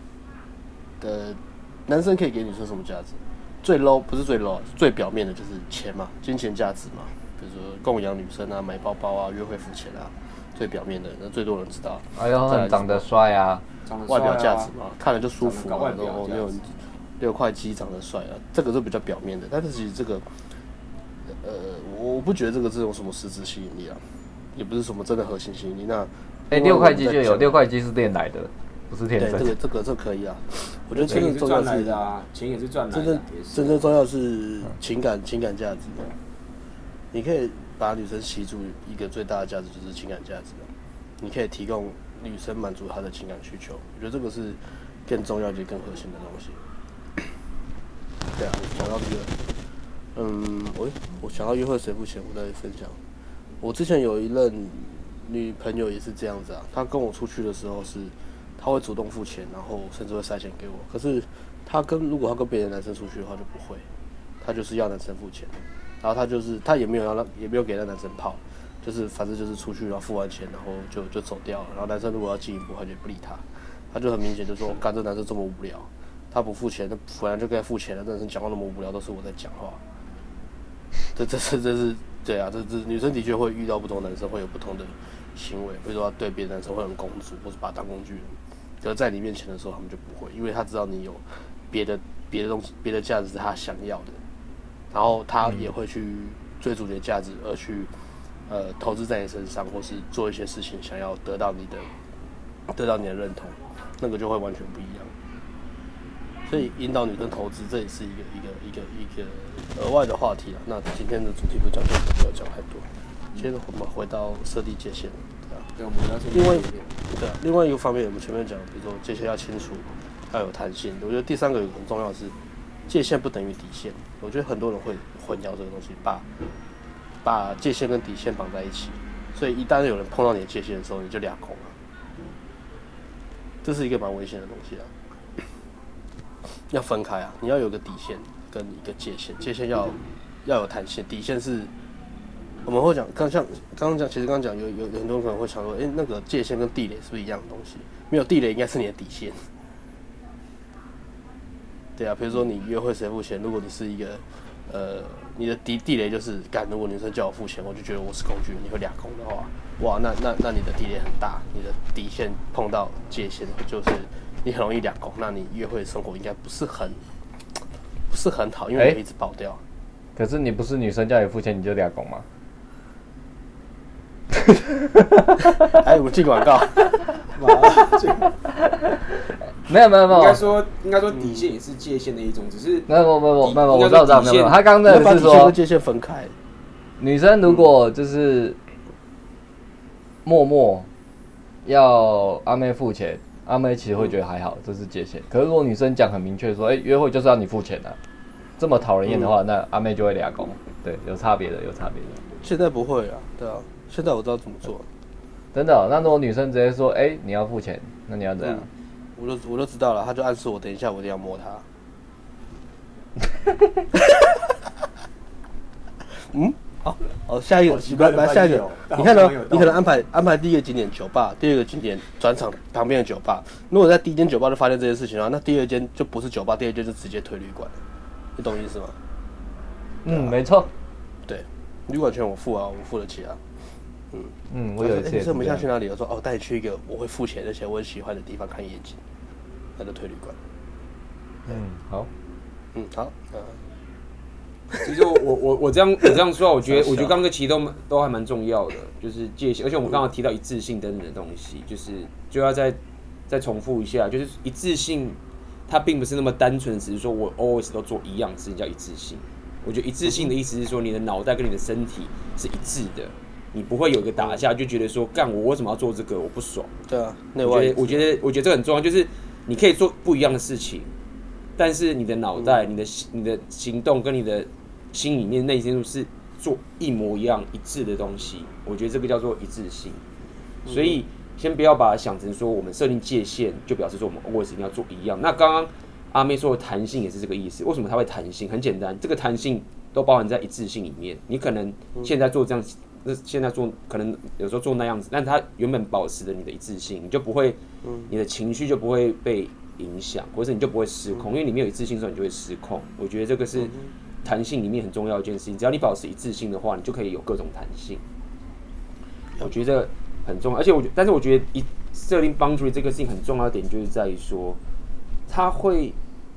男生可以给女生什么价值？最 low 不是最 low， 最表面的就是钱嘛，金钱价值嘛。比如说供养女生啊，买包包啊，约会付钱啊，最表面的，那最多人知道。 长得帅啊， 外表价值嘛，看了就舒服嘛，然后那种6块肌长得帅啊，这个是比较表面的，但是其实这个。我不觉得这个是有什么实质吸引力啊，也不是什么真的核心吸引力。那 6块肌就有，6块肌是练来的，不是天生。 对，这可以啊。我觉得真正重要是钱也是赚来的。 真正重要是情感价值。你可以把女生吸住一个最大的价值就是情感价值，你可以提供女生满足她的情感需求。我觉得这个是更重要也更核心的东西。对啊，讲到这个。我想到约会谁付钱，我再分享。我之前有一任女朋友也是这样子啊，她跟我出去的时候是，她会主动付钱，然后甚至会塞钱给我。可是如果她跟别的男生出去的话就不会，她就是要男生付钱，然后她也没有给那男生泡，就是反正就是出去然后付完钱，然后就走掉了。然后男生如果要进一步，他就不理他就很明显就说，干这男生这么无聊，他不付钱，那本来就该付钱的，这男生讲话那么无聊，都是我在讲话。这是对啊，这女生的确会遇到不同的男生会有不同的行为，比如说她对别的男生会很公主，或是把他当工具人。可是在你面前的时候，他们就不会，因为他知道你有别的东西，别的价值是他想要的，然后他也会去追逐你的价值，而去投资在你身上，或是做一些事情，想要得到你的认同，那个就会完全不一样。所以引导女生投资，这也是一个额外的话题了。那今天的主题不讲太多，不要讲太多。接着我们回到设定界限，对啊。 对，我们要另外一个方面，我们前面讲，比如说界限要清楚，要有弹性。我觉得第三个很重要的是，界限不等于底线。我觉得很多人会混淆这个东西，把界限跟底线绑在一起。所以一旦有人碰到你的界限的时候，你就俩空了。这是一个蛮危险的东西啊。要分开啊！你要有个底线跟一个界限，界限要有弹性，底线是我们会讲，刚刚讲，其实刚刚讲有很多人可能会想说，那个界限跟地雷是不是一样的东西？没有，地雷应该是你的底线。对啊，比如说你约会谁付钱，如果你是一个你的地雷就是干，如果女生叫我付钱，我就觉得我是工具，你会俩公的话，哇，那你的地雷很大，你的底线碰到界限，就是你很容易俩公，那你约会生活应该不是很好，因为你会一直爆掉。 可是你不是女生叫你付钱你就俩公吗？ 哎，我进广告。 没有。 应该说底线也是界限的一种，只是没有，我知道没有。他刚刚是说界限分开。 女生如果就是默默要阿妹付钱，阿妹其实会觉得还好，这是界限。可是如果女生讲很明确说，约会就是要你付钱啊，这么讨人厌的话，那阿妹就会俩公。对，有差别的。 现在不会啊，对啊，现在我知道怎么做。 真的那如果女生直接说，你要付钱，那你要怎样？ 我就知道了，他就暗示我等一下我一定要摸他。好，下一个，来下一个。你看你可能安排第一个景点酒吧，第二个景点转场旁边的酒吧。如果在第一间酒吧就发现这件事情的话，那第二间就不是酒吧，第二间就直接推旅馆。你懂意思吗？ 没错。 对，旅馆钱我付啊，我付得起啊。 我有一次。 我们现在去哪里？我说带你去一个我会付钱而且我很喜欢的地方看夜景，那就推旅馆。 好。 好。 其实我这样说，我觉得刚刚其实都还蛮重要的，就是界限，而且我们刚刚提到一致性等等的东西，就要再重复一下，就是一致性，它并不是那么单纯，只是说我 always 都做一样事情叫一致性。我觉得一致性的意思是说，你的脑袋跟你的身体是一致的，你不会有一个打架就觉得说，干我为什么要做这个，我不爽。 对啊，内外。 我觉得这很重要，就是你可以做不一样的事情，但是你的脑袋、你的行动跟你的心里面内心是做一模一样一致的东西。我觉得这个叫做一致性。所以先不要把它想成说我们设定界限就表示说我们 always 一定要做一样。那刚刚阿妹说的弹性也是这个意思。为什么它会弹性？很简单，这个弹性都包含在一致性里面。你可能现在做这样，现在做可能有时候做那样子，但它原本保持着你的一致性，你就不会，你的情绪就不会被影响，或者你就不会失控，因为你没有一致性的时候，你就会失控。我觉得这个是弹性里面很重要的一件事情。只要你保持一致性的话，你就可以有各种弹性。我觉得很重要，而且但是我觉得设定 boundary 这个事情很重要的点就是在于说，它会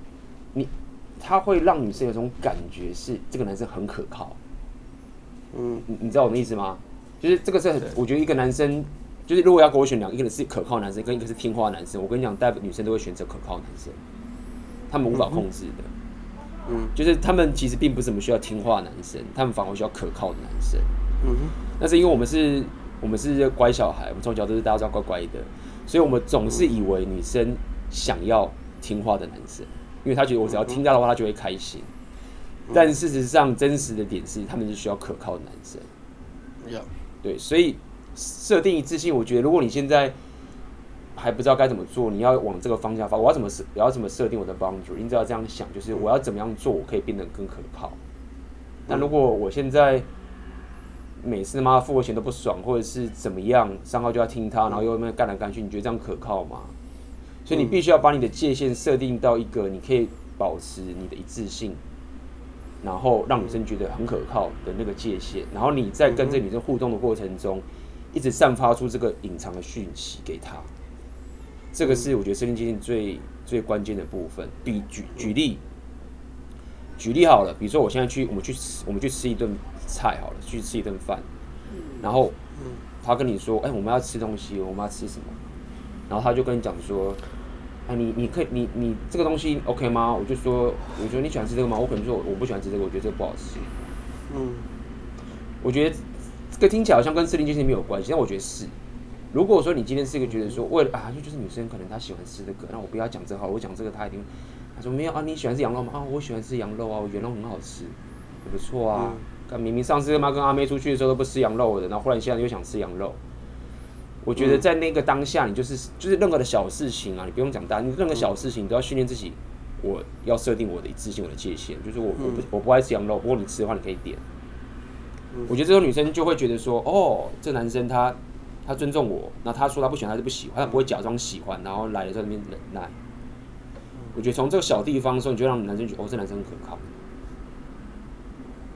让女生有种感觉是这个男生很可靠。你知道我的意思吗？就是这个是我觉得一个男生，就是如果要给我选一个是可靠男生，跟一个是听话男生，我跟你讲，大部分女生都会选择可靠男生，他们无法控制的。就是他们其实并不是怎么需要听话男生，他们反而需要可靠的男生。那是因为我们是乖小孩，我们从小都是大家知道乖乖的，所以我们总是以为女生想要听话的男生，因为他觉得我只要听到的话，他就会开心。但事实上，真实的点是，他们是需要可靠的男生。对，所以设定一致性，我觉得如果你现在还不知道该怎么做，你要往这个方向发。我要怎么设定我的 boundary？ 你只要这样想，就是我要怎么样做，我可以变得更可靠。但如果我现在每次他妈付我钱都不爽，或者是怎么样，上号就要听他，然后又那干来干去，你觉得这样可靠吗？所以你必须要把你的界限设定到一个你可以保持你的一致性，然后让女生觉得很可靠的那个界限，然后你在跟这个女生互动的过程中，一直散发出这个隐藏的讯息给她。这个是我觉得设定界限最关键的部分。举例好了，比如说我现在我们去吃一顿菜好了，去吃一顿饭，然后他跟你说，我们要吃东西，我们要吃什么？然后他就跟你讲说，你可以你这个东西 OK 吗？我就说你喜欢吃这个吗？我可能说我不喜欢吃这个，我觉得这个不好吃。我觉得这个听起来好像跟设定界限没有关系，但我觉得是。如果说你今天是一个觉得说，为了就是女生可能她喜欢吃这个，那我不要讲这个好了，我讲这个她一定，她说没有啊，你喜欢吃羊肉吗？我喜欢吃羊肉啊，我觉得羊肉很好吃，也不错啊。明明上次跟阿妹出去的时候都不吃羊肉的，然后忽然现在又想吃羊肉。我觉得在那个当下，你就是任何的小事情啊，你不用讲大，你任何小事情你都要训练自己，我要设定我的一致性，我的界限，就是我不爱吃羊肉，不过你吃的话你可以点。我觉得这种女生就会觉得说，这男生他尊重我，那他说他不喜欢，他就不喜欢，他不会假装喜欢，然后来了在那边忍耐。我觉得从这个小地方的时候，你就让男生觉得，这男生很可靠。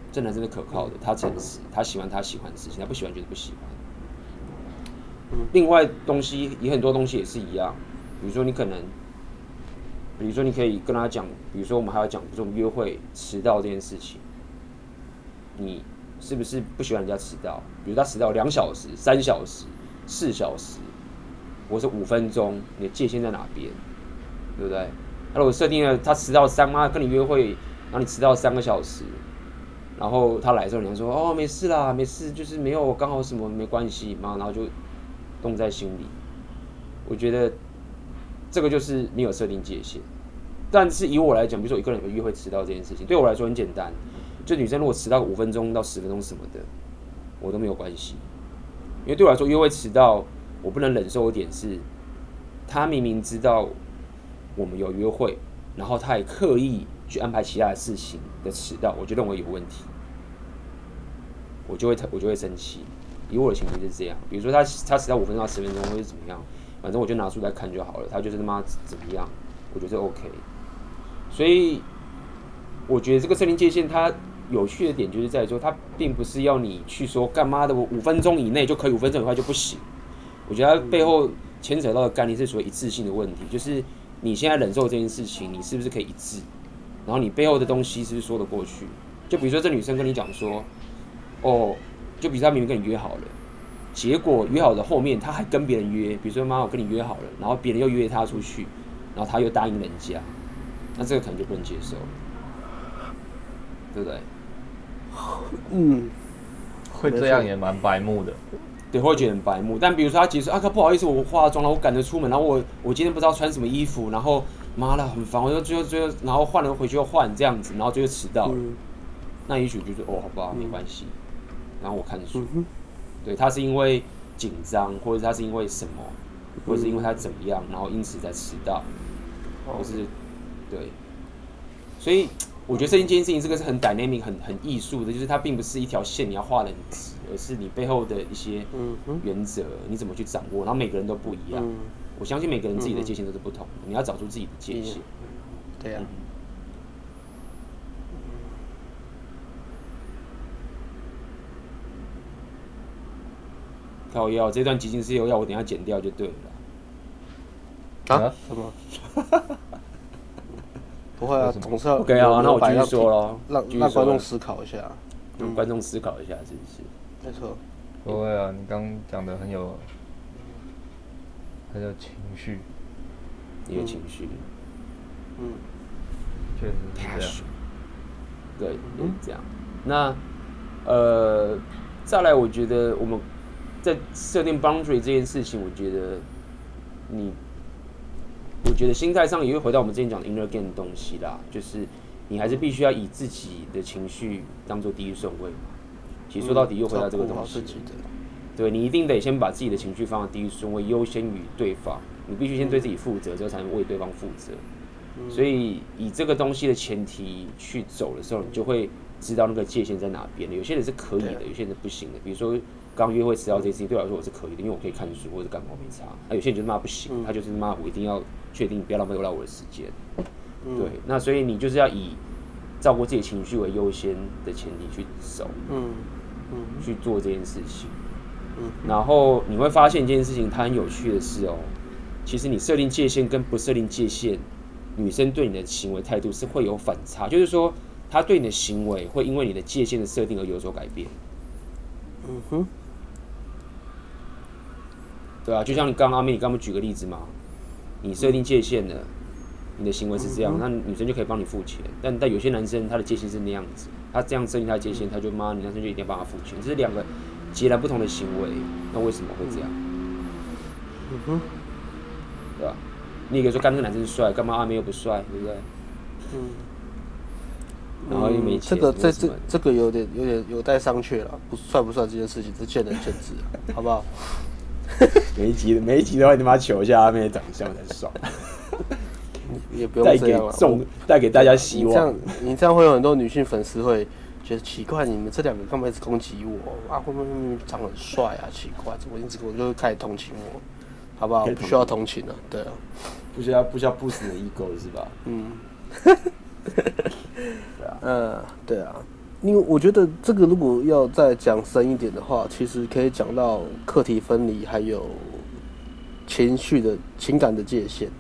这男生是可靠的，他诚实，他喜欢他喜欢的事情，他不喜欢就是不喜欢。另外东西也很多东西也是一样，比如说你可以跟他讲，比如说我们还要讲，比如说我们约会迟到这件事情，你是不是不喜欢人家迟到？比如他迟到2小时、3小时、4小时，或是5分钟，你的界限在哪边？对不对？如果设定了他迟到跟你约会，然后你迟到3个小时，然后他来的时候，你还说哦没事啦，没事，就是没有刚好什么没关系嘛，然后就冻在心里。我觉得这个就是你有设定界限。但是以我来讲，比如说我一个人有约会迟到这件事情，对我来说很简单，就女生如果迟到5分钟到10分钟什么的，我都没有关系，因为对我来说约会迟到，我不能忍受的点是，他明明知道我们有约会，然后他也刻意去安排其他的事情的迟到，我就认为有问题，我就会生气。以我的情绪是这样，比如说他迟到5分钟到10分钟，或者怎么样，反正我就拿出来看就好了。他就是他妈怎么样，我觉得 OK。所以我觉得这个设定界限，它有趣的点就是在于说，它并不是要你去说干嘛的，我5分钟以内就可以，5分钟以外就不行。我觉得它背后牵扯到的概念是属于一致性的问题，就是你现在忍受这件事情，你是不是可以一致？然后你背后的东西是不是说得过去？就比如说这女生跟你讲说，哦，就比如说她明明跟你约好了，结果约好的后面她还跟别人约，比如说妈我跟你约好了，然后别人又约她出去，然后她又答应人家，那这个可能就不能接受，对不对？ 会这样也蛮白目的。 对，会觉得很白目。但比如说他结束不好意思，我化妆了，我赶着出门，然后我今天不知道穿什么衣服，然后妈的很烦，我就最后，然后换了回去又换这样子，然后最后迟到了。那也许就是哦，好吧，没关系。然后我看书，对他是因为紧张，或者他是因为什么，或者是因为他怎么样，然后因此才迟到，或是对，所以我觉得这件事情这个是很 dynamic 很艺术的，就是它并不是一条线你要画得很直，而是你背后的一些原则你怎么去掌握，然后每个人都不一样。我相信每个人自己的界限都是不同的，你要找出自己的界限。 对呀。 靠腰，这段即兴是要我等一下剪掉就对了。 啊？什么？不会啊，总是要 OK 啊，那我继续说咯， 让观众思考一下， 让观众思考一下，是不是？ 没错。 不会啊，你刚讲的很有情绪， 你有情绪， 确实是这样。 对，就是这样。那再来，我觉得我们在设定 boundary 这件事情，我觉得心态上也会回到我们之前讲的 inner game 的东西啦，就是你还是必须要以自己的情绪当做第一顺位嘛。其实说到底又回到这个东西，对，你一定得先把自己的情绪放在第一顺位，优先于对方。你必须先对自己负责，之后才能为对方负责。所以以这个东西的前提去走的时候，你就会知道那个界限在哪边。有些人是可以的，有些人是不行的。比如说刚约会迟到这件事情，对我来说我是可以的，因为我可以看书或者干嘛没差。有些人就是骂不行，他就是骂我一定要确定不要浪费到我的时间。对，那所以你就是要以照顾自己情绪为优先的前提去走，去做这件事情。然后你会发现一件事情，它很有趣的是哦，其实你设定界限跟不设定界限，女生对你的行为态度是会有反差，就是说她对你的行为会因为你的界限的设定而有所改变。对啊，就像你刚刚阿妹，你刚刚举个例子嘛，你设定界限了，你的行为是这样，那女生就可以帮你付钱。但有些男生他的界限是那样子，他这样设定他的界限，他就妈，你男生就一定要帮他付钱，这是两个截然不同的行为，那为什么会这样？对吧？你也可以说干那个男生帅，干嘛阿妹又不帅，对不对？然后又没钱。 这个有点有待商榷了，帅不帅这件事情是见仁见智，好不好？ 每一集都要你妈求一下阿妹的长相才爽。 也不用这样了， 带给大家希望。 你这样会有很多女性粉丝会觉得奇怪，你们这两个干嘛一直攻击我啊？会不会长得很帅啊？奇怪，怎么一直我就会开始同情我，好不好？不需要同情了，对啊， 不需要 boost 你的 ego 是吧？ 对啊， 因为我觉得这个如果要再讲深一点的话，其实可以讲到课题分离，还有情感的界限。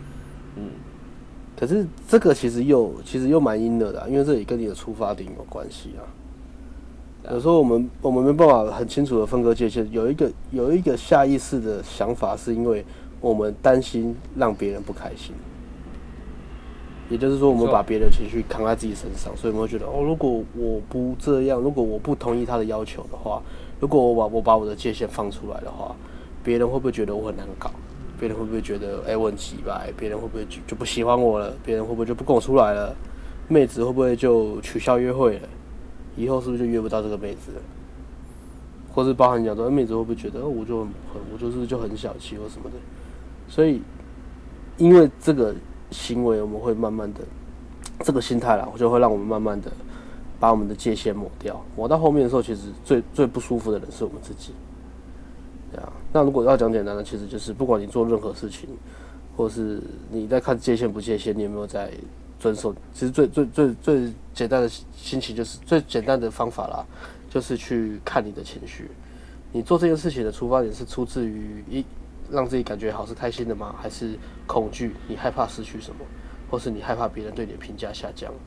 可是这个其实又蛮阴的啦，因为这也跟你的出发点有关系啊。有时候我们没办法很清楚的分割界限，有一个下意识的想法，是因为我们担心让别人不开心。也就是说，我们把别人的情绪扛在自己身上，所以我们会觉得，如果我不这样，如果我不同意他的要求的话，如果我把我的界限放出来的话，别人会不会觉得我很难搞？别人会不会觉得我很奇怪？别人会不会就不喜欢我了？别人会不会就不跟我出来了？妹子会不会就取消约会了？以后是不是就约不到这个妹子了？或是包含讲说，妹子会不会觉得我就很小气或什么的？所以因为这个行为，我们会慢慢的这个心态啦，就会让我们慢慢的把我们的界限抹掉。抹到后面的时候，其实最不舒服的人是我们自己。对啊，那如果要讲简单的，其实就是不管你做任何事情，或是你在看界限不界限，你有没有在遵守？其实最简单的心情就是最简单的方法啦，就是去看你的情绪。你做这件事情的出发点是出自于让自己感觉好是开心的吗？还是恐惧？你害怕失去什么，或是你害怕别人对你的评价下降？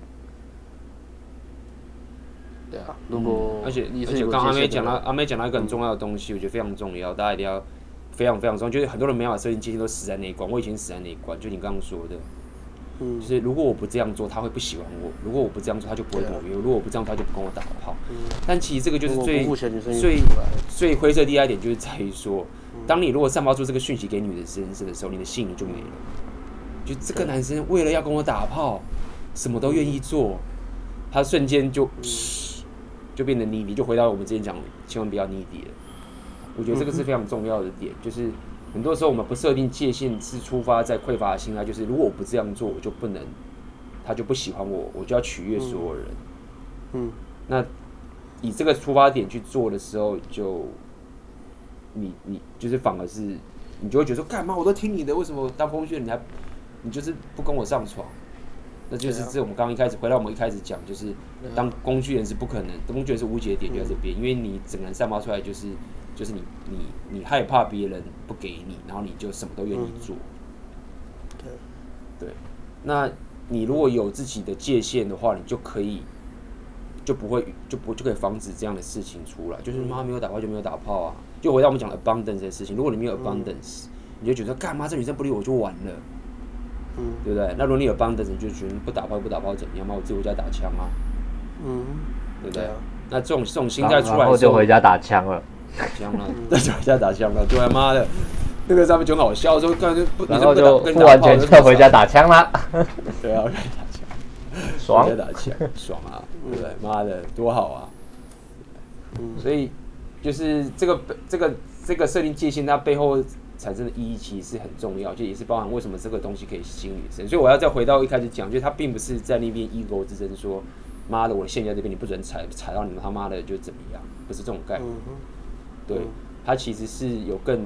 对啊，如果而且刚刚阿妹讲到一个很重要的东西，我觉得非常重要，大家一定要非常非常重要。就是很多人没办法设定界限，都死在那一关。我以前死在那一关，就你刚刚说的，就是如果我不这样做，他会不喜欢我；如果我不这样做，他就不会跟我约；如果我不这样，他就不跟我打炮。但其实这个就是最灰色地带点，就是在于说，当你如果散发出这个讯息给女生的时候，你的信就没了。就这个男生为了要跟我打炮，什么都愿意做，他瞬间就变得needy，就回到我们之前讲，千万不要needy了。我觉得这个是非常重要的点，就是很多时候我们不设定界限，是出发在匮乏的心态，就是如果我不这样做，我就不能，他就不喜欢我，我就要取悦所有人。那以这个出发点去做的时候，就你就是反而是你就会觉得说，干嘛我都听你的，为什么当工具人你就是不跟我上床？那就是这我们刚刚回到我们一开始讲，就是当工具人是不可能，工具人是无解的点就在这边，因为你整个人散发出来就是你害怕别人不给你，然后你就什么都愿意做。对，那你如果有自己的界限的话，你就可以就可以防止这样的事情出来。就是妈没有打炮就没有打炮啊，就回到我们讲 abundance 的事情，如果你没有 abundance，你就觉得干嘛这女生不理我就完了。对不对？那如果你有帮的，你就觉得不打炮怎么样嘛？我自己回家打枪啊，对不对？那这种心态出来的时候， 然后就回家打枪了， 那就回家打枪了，对啊，妈的，那个上面就很好笑，说然后就不完全就回家打枪啦， 对啊，回家打枪， 爽， 回家打枪，爽啊，对不对？妈的，多好啊！所以就是这个设定界限，它背后产生的意义其实是很重要，就也是包含为什么这个东西可以吸引女生。所以我要再回到一开始讲，就是他并不是在那边 ego 之争说，妈的，我的线在这边，你不准踩到你们他妈的就怎么样，不是这种概念。对，他其实是有更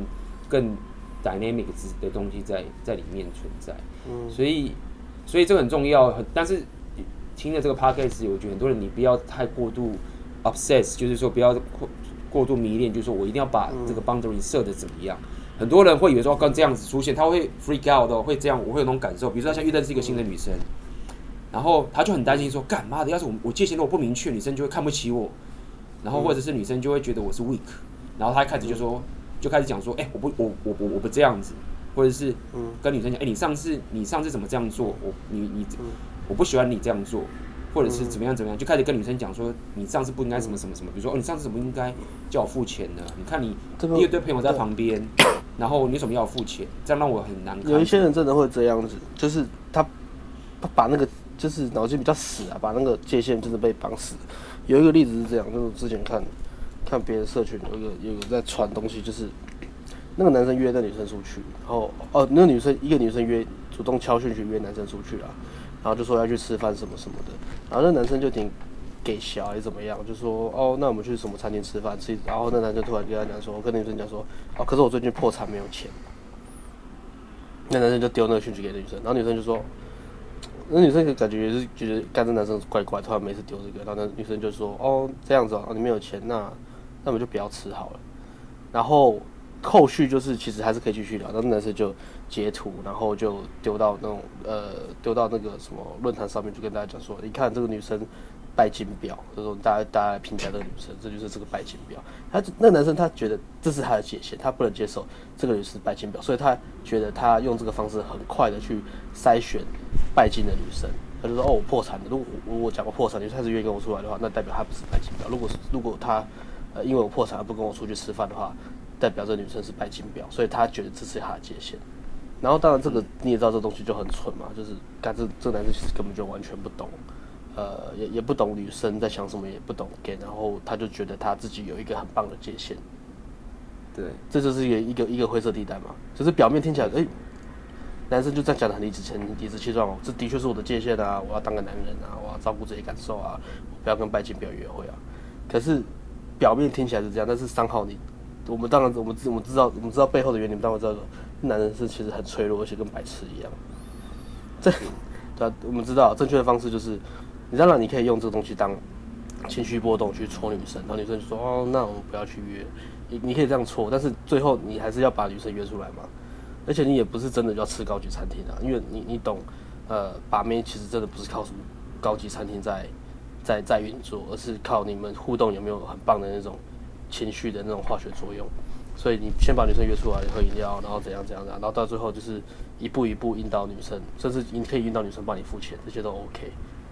dynamic 的东西在里面存在。所以这个很重要。但是听了这个 podcast， 我觉得很多人你不要太过度 obsess， 就是说不要过度迷恋，就是说我一定要把这个 boundary 设得怎么样。很多人会以为说跟这样子出现，他会 freak out 的，会这样，我会有那种感受。比如说他现在遇到是一个新的女生，然后他就很担心说，干妈的，要是我界限如果不明确，女生就会看不起我，然后或者是女生就会觉得我是 weak， 然后他开始就开始讲说，我不这样子，或者是跟女生讲，你上次怎么这样做，我不喜欢你这样做。或者是怎么样，就开始跟女生讲说，你上次不应该什么什么什么，比如说，你上次怎么应该叫我付钱呢？你看你一堆朋友在旁边，然后你为什么要我付钱？这样让我很难堪。 有一些人真的会这样子，就是他把那个就是脑筋比较死啊，把那个界限就是被绑死。有一个例子是这样，就是之前看别的社群有在传东西，就是那个男生约那女生出去，然后那个一个女生主动敲讯去约男生出去啦。然后就说要去吃饭什么什么的，然后那男生就挺给小还是怎么样，就说那我们去什么餐厅吃饭吃，然后那男生突然跟他讲说，跟女生讲说可是我最近破产没有钱，那男生就丢那个讯息给女生，然后女生就说那女生感觉也是觉得干这男生怪怪，突然每次丢这个，然后那女生就说哦这样子哦，你没有钱，那我们就不要吃好了。然后后续就是其实还是可以继续聊，那男生就截图，然后就丢到那个什么论坛上面，就跟大家讲说，你看这个女生拜金婊，就说大家来评价这个女生，这就是这个拜金婊。那个男生他觉得这是他的界限，他不能接受这个女生拜金婊，所以他觉得他用这个方式很快的去筛选拜金的女生。他就说哦，我破产了。如果我讲我破产，女生还是愿意跟我出来的话，那代表他不是拜金婊。如果他因为我破产而不跟我出去吃饭的话，代表这女生是拜金婊，所以他觉得这是他的界限。然后当然这个你也知道，这东西就很蠢嘛，就是干这男生其实根本就完全不懂，也不懂女生在想什么，也不懂 gay， 然后他就觉得他自己有一个很棒的界限。 对， 这就是一个灰色地带嘛，就是表面听起来，男生就这样讲的很理直气壮哦，这的确是我的界限啊，我要当个男人啊，我要照顾自己感受啊，我不要跟拜金婊约会啊。可是表面听起来是这样，但是伤害你。我们知道背后的原理，当然知道男人是其实很脆弱，而且跟白痴一样。对啊，我们知道正确的方式就是，当然你可以用这个东西当情绪波动去戳女生，然后女生就说哦，那我们不要去约。你可以这样戳，但是最后你还是要把女生约出来嘛。而且你也不是真的要吃高级餐厅啊，因为你懂，把妹其实真的不是靠什么高级餐厅在运作，而是靠你们互动有没有很棒的那种情绪的那种化学作用。所以你先把女生约出来喝饮料，然后怎样，然后到最后就是一步一步引导女生，甚至你可以引导女生帮你付钱，这些都 OK。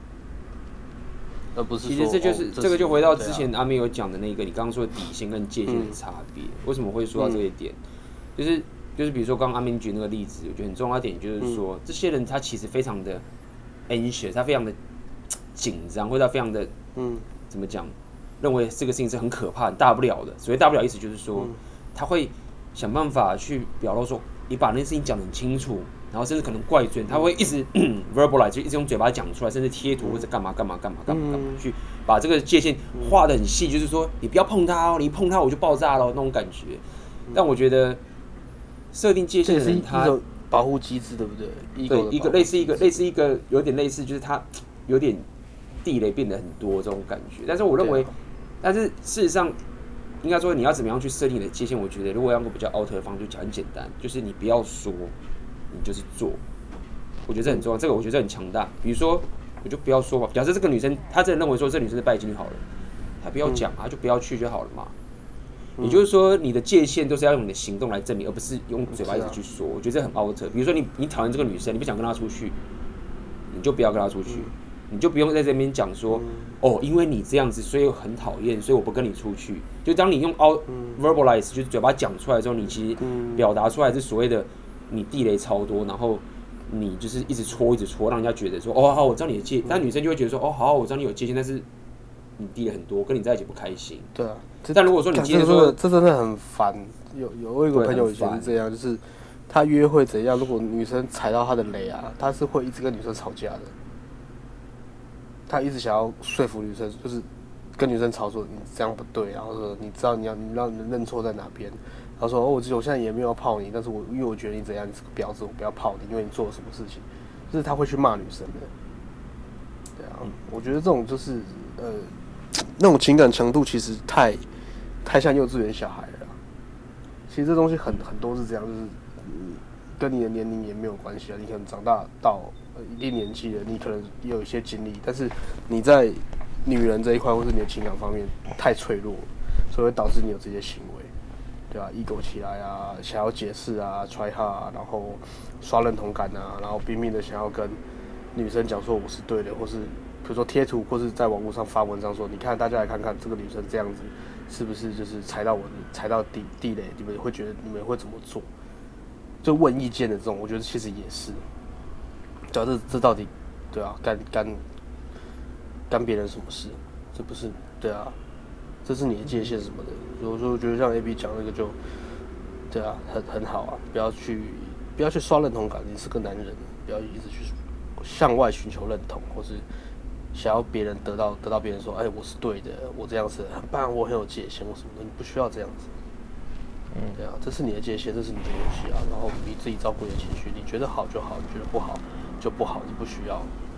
而不是说其实这个就回到之前阿妹有讲的那个你刚刚说的底线跟界限的差别。为什么会说到这一点？就是比如说刚刚阿明举那个例子，我觉得很重要一点就是说，这些人他其实非常的 anxious， 他非常的紧张，或者他非常的怎么讲，认为这个事情是很可怕、很大不了的。所谓大不了意思就是说，他会想办法去表露说，你把那件事情讲得很清楚，然后甚至可能怪罪，他会一直verbalize， 就一直用嘴巴讲出来，甚至贴图或者干嘛，去把这个界限画得很细，就是说你不要碰他哦，你一碰他我就爆炸了那种感觉。但我觉得设定界限的人，他保护机制对不对？ 对，一个类似有点类似，就是他有点地雷变得很多这种感觉。但是我认为，但是事实上，应该说你要怎么样去设定你的界限？我觉得如果用个比较 out 的方式，就很简单，就是你不要说，你就是做。我觉得这很重要，这个我觉得很强大。比如说，我就不要说吧。假设这个女生她真的认为说这女生是拜金就好了，她不要讲啊，就不要去就好了嘛。也就是说，你的界限都是要用你的行动来证明，而不是用嘴巴一直去说。我觉得这很 out。比如说你讨厌这个女生，你不想跟她出去，你就不要跟她出去，你就不用在这边讲说，哦，因为你这样子，所以我很讨厌，所以我不跟你出去。就当你用 verbalize， 就是嘴巴讲出来之后，你其实表达出来是所谓的你地雷超多，然后你就是一直戳，让人家觉得说，哦，好，我知道你的界，但女生就会觉得说，哦，好，我知道你有界限，但是你地雷很多，跟你在一起不开心。 对啊。 但如果说你今天说这真的很烦，有一个朋友以前是这样，就是他约会怎样，如果女生踩到他的雷啊，他是会一直跟女生吵架的。他一直想要说服女生，就是跟女生吵说你这样不对，然后说你知道你让你认错在哪边。他说我现在也没有要泡你，但是因为我觉得你怎样，你是个婊子，我不要泡你，因为你做了什么事情，就是他会去骂女生的。对啊，我觉得这种就是那种情感强度其实太像幼稚园小孩了。其实这东西很多是这样，就是跟你的年龄也没有关系啊。你可能长大到一定年纪了，你可能也有一些经历，但是你在女人这一块或是你的情感方面太脆弱了，所以会导致你有这些行为，对吧？ego起来啊，想要解释啊 ，try hard 啊，然后刷认同感啊，然后拼命的想要跟女生讲说我是对的，或是比如说贴图，或是在网络上发文章说，你看大家来看看这个女生这样子，是不是就是踩到地雷？你们会觉得你们会怎么做？就问意见的这种，我觉得其实也是。对啊，这到底对啊，干别人什么事？这不是对啊，这是你的界限什么的。所以说，我觉得像 AB 讲那个就对啊，很好啊，不要去刷认同感，你是个男人，不要一直去向外寻求认同，或是想要别人得到别人说，哎，我是对的，我这样子很棒，我很有界限或什么的，你不需要这样子。对啊，这是你的界限，这是你的游戏啊，然后你自己照顾你的情绪，你觉得好就好，你觉得不好就不好，你不需要。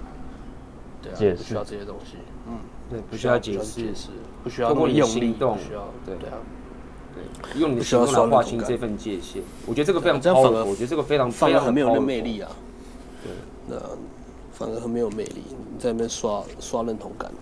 对啊，不需要这些东西， 对，不需要解释， 不需要通过你的用力， 行动， 不需要，对啊， 对，用你的行动来划清这份界限，我觉得这个非常这样反 powerful， 而我觉得这个非常反而很没有那 powerful 魅力啊，对，反而很没有魅力，你在那边刷认同感，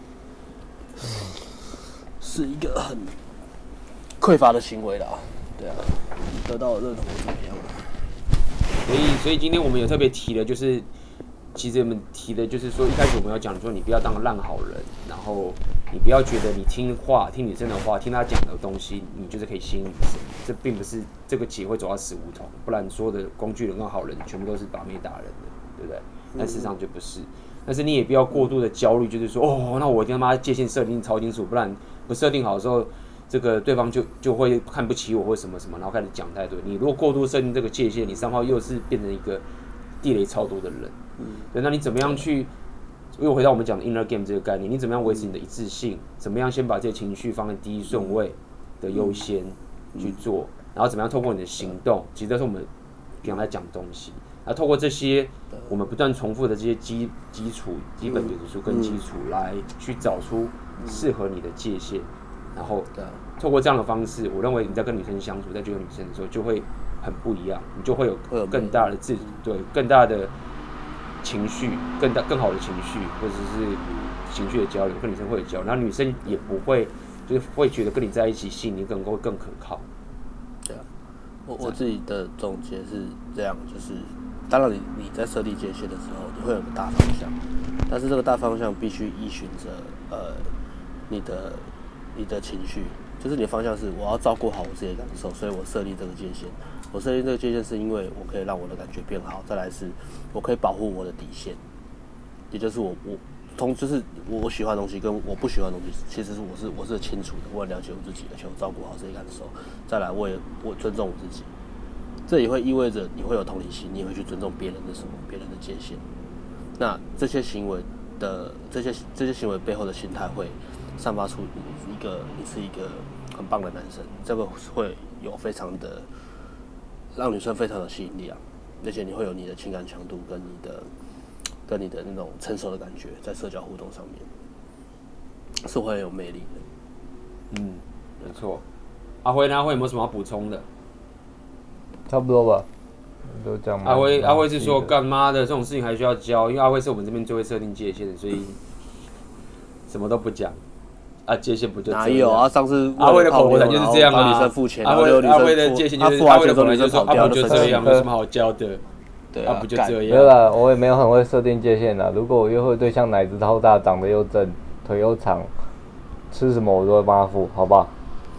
是一个很匮乏的行为啦，对啊，得到的认同怎么样？ 所以今天我们有特别提的，就是其实我们提的就是说，一开始我们要讲说，你不要当烂好人，然后你不要觉得你听女生的话，听她讲的东西，你就是可以吸引女生，这并不是这个结会走到死胡同，不然所有的工具人跟好人全部都是把妹达人的，对不对？但事实上就不是。但是你也不要过度的焦虑，就是说，哦，那我一定他妈界限设定超清楚，不然不设定好的时候，这个对方就会看不起我或什么什么，然后开始讲太多。你如果过度设定这个界限，你三号又是变成一个地雷超多的人。对，那你怎么样去？又回到我们讲的 inner game 这个概念，你怎么样维持你的一致性？怎么样先把这些情绪放在第一顺位的优先去做？然后怎么样透过你的行动？其实这是我们平常在讲东西。那透过这些我们不断重复的这些基本元素跟基础来去找出适合你的界限，然后透过这样的方式，我认为你在跟女生相处，在追求女生的时候就会很不一样，你就会有更大的更大的情绪，更好的情绪，或者是情绪的交流，跟女生会有交流，然后女生也不会就是会觉得跟你在一起吸引力更可靠。 对啊，我自己的总结是这样，就是当然你在设立界限的时候，你会有个大方向，但是这个大方向必须依循着你的情绪，就是你的方向是我要照顾好我自己的感受，所以我设立这个界限。我设立这个界限是因为我可以让我的感觉变好，再来是我可以保护我的底线，也就是就是我喜欢的东西跟我不喜欢的东西，其实我是清楚的，我很了解我自己，而且我照顾好自己感受。再来，我尊重我自己，这也会意味着你会有同理心，你也会去尊重别人的界限。那这些行为背后的心态会散发出你是一个很棒的男生，这个会有让女生非常有吸引力啊，而且你会有你的情感强度跟你的那种成熟的感觉，在社交互动上面是会很有魅力的。 没错。阿辉呢？阿辉有没有什么要补充的？ 差不多吧，都这样。 阿辉是说干妈的这种事情还需要教，因为阿辉是我们这边最会设定界限的，所以什么都不讲。界限不就哪有啊？上次阿辉的口头禅就是这样啊。 女生付钱， 阿辉的界限就是阿辉的口头禅就是说不就这样，有什么好教的？ 对啊， 不就这样？ 没有啦，我也没有很会设定界限啦。如果我约会对象奶子超大，长得又正，腿又长，吃什么我都会帮他付，好不好？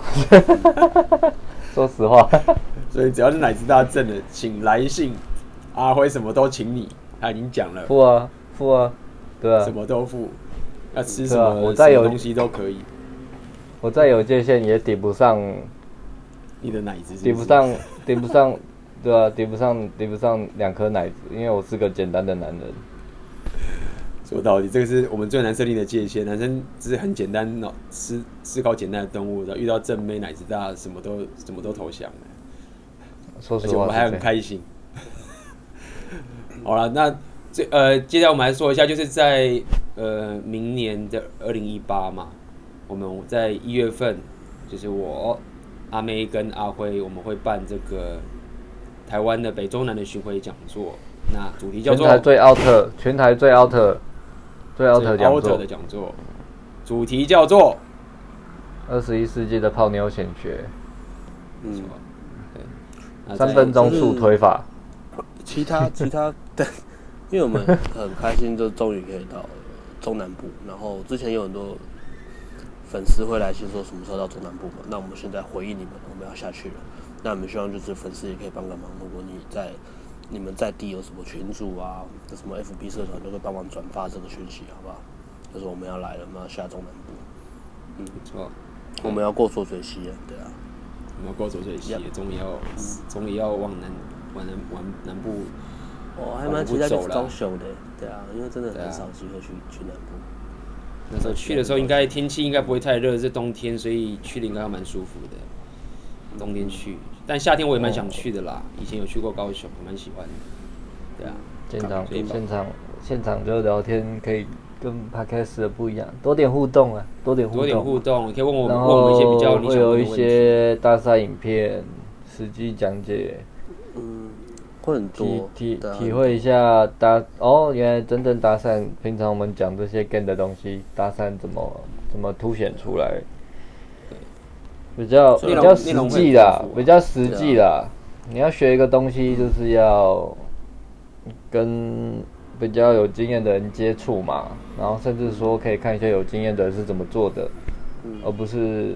说实话。 所以只要是奶子大正的，请来信，阿辉什么都请你，他已经讲了。 付啊，对啊， 什么都付。要吃什么？ 我再有东西都可以。 我再有界限也抵不上你的奶子， 抵不上，对啊，抵不上2颗奶子，因为我是个简单的男人。 说到底，这个是我们最难设定的界限。男生只是很简单，思考简单的动物，然后遇到正妹奶子大，什么都投降了。 说实话， 而且我们还很开心。好了，那接下来我们来说一下，就是在明年的2018嘛，我们在1月份，就是我阿妹跟阿辉，我们会办这个台湾的北中南的巡回讲座。那主题叫做全台最 out 的讲座，主题叫做 21世纪的泡妞显学。 对 ，3分钟速推法。 其他对，因为我们很开心，就终于可以到中南部。然后之前有很多粉丝会来信说什么时候到中南部嘛，那我们现在回应你们，我们要下去了。那我们希望就是粉丝也可以帮个忙，如果你们在地有什么群组啊，有什么 FB 社团，都会帮忙转发这个讯息，好不好？就是我们要来了，我们要下中南部。 没错， 我们要过浊水溪了，对啊。 我们要过浊水溪，终于要往南部。 我还蛮期待去高雄的，对啊，因为真的很少机会去南部。 那时候去的时候，天气应该不会太热，是冬天，所以去的应该蛮舒服的。冬天去，但夏天我也蛮想去的啦。以前有去过高雄，我蛮喜欢的。对啊， 现场就聊天，可跟 podcast 的不一样，多点互动啊，多点互动，你可以问我们一些比较你想问的问题。 会有一些大赛影片、实际讲解， 会很多体会一下原来真正搭讪，平常我们讲这些 game 的东西，搭讪怎么凸显出来，比较实际啦，比较实际啦。你要学一个东西，就是要跟比较有经验的人接触嘛，然后甚至说可以看一些有经验的人是怎么做的，而不是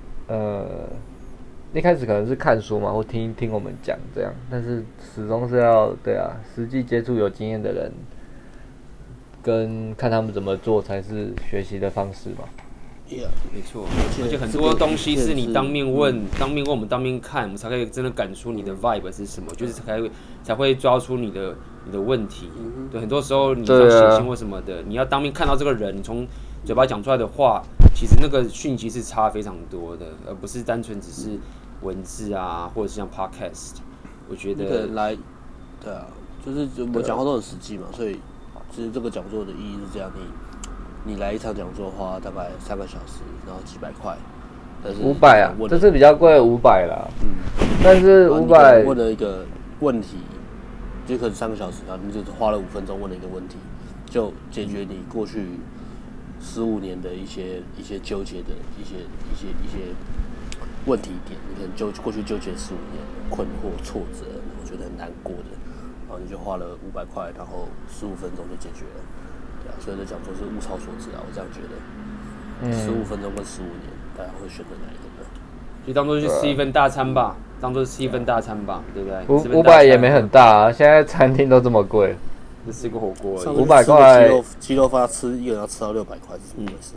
一开始可能是看书嘛，或听我们讲这样，但是始终是要实际接触有经验的人，跟看他们怎么做才是学习的方式嘛。 没错，而且很多东西是你当面问我们当面看，我们才可以真的感出你的 vibe 是什么，就是才会抓出你的问题。对，很多时候你像写信或什么的，你要当面看到这个人，你从嘴巴讲出来的话，其实那个讯息是差非常多的，而不是单纯只是文字啊，或者是像 podcast。我觉得对啊，就是我讲话都很实际嘛，所以其实这个讲座的意义是这样，你来一场讲座花大概3个小时，然后几百块，但是 500啊，这是比较贵的500啦。但是500 问了一个问题，就可能3个小时，然后你就花了5分钟问了一个问题，就解决你过去15年的一些纠结的一些问题点，你可能过去纠结15年困惑、挫折，我觉得很难过的，然后你就花了500块，然后15分钟就解决了。所以这讲座是物超所值啊，我这样觉得。15分钟跟15年，大家会选择哪一个呢？ 就当做去吃一份大餐吧，对不对 ？500也没很大啊，现在餐厅都这么贵。 就吃个火锅 ，500块鸡肉饭一个人要吃到600块，是怎么回事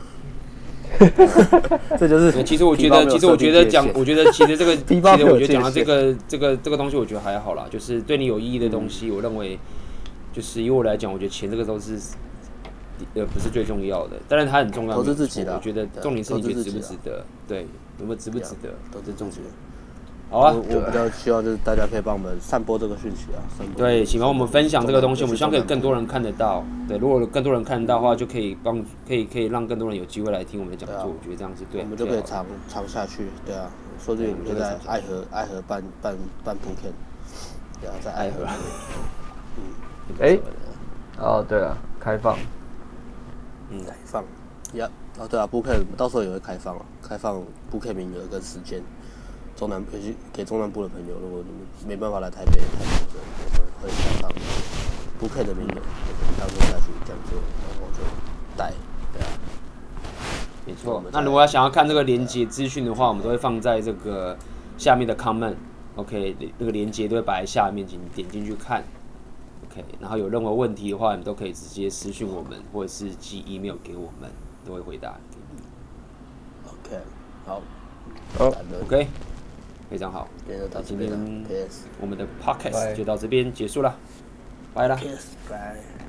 啊？这就是。 其实我觉得其实这个，其实我觉得讲到这个东西，我觉得还好啦，就是对你有意义的东西，我认为。就是以我来讲，我觉得钱这个都是不是最重要的，当然它很重要。 投资自己的， 我觉得重点是你觉得值不值得，对，有没有值不值得，都是重点。好啊， 我比较希望就是大家可以帮我们散播这个讯息啊， 对，请帮我们分享这个东西，我们希望可以更多人看得到。对，如果更多人看得到的话，就可以让更多人有机会来听我们的讲座。我觉得这样是对， 我们就可以长下去，对啊。说不定我们就在爱河办 Phuket， 对啊，在爱河。 对啊，开放， 开放，对啊，Phuket 到时候也会开放Phuket 名额跟时间，给中南部的朋友，如果你们没办法来台北的，我们会开放Phuket的名额，到时候再去讲座，然后就带，对啊， 没错。那如果要想要看这个连结资讯的话，我们都会放在这个下面的 comment，OK， 那个连结都会摆在下面，请你点进去看。OK， 然后有任何问题的话，你都可以直接私讯我们，或者是寄 email 给我们，都会回答给你。 OK， 好 ，OK， 非常好。今天我们的 podcast 就到这边结束了，拜啦。 拜。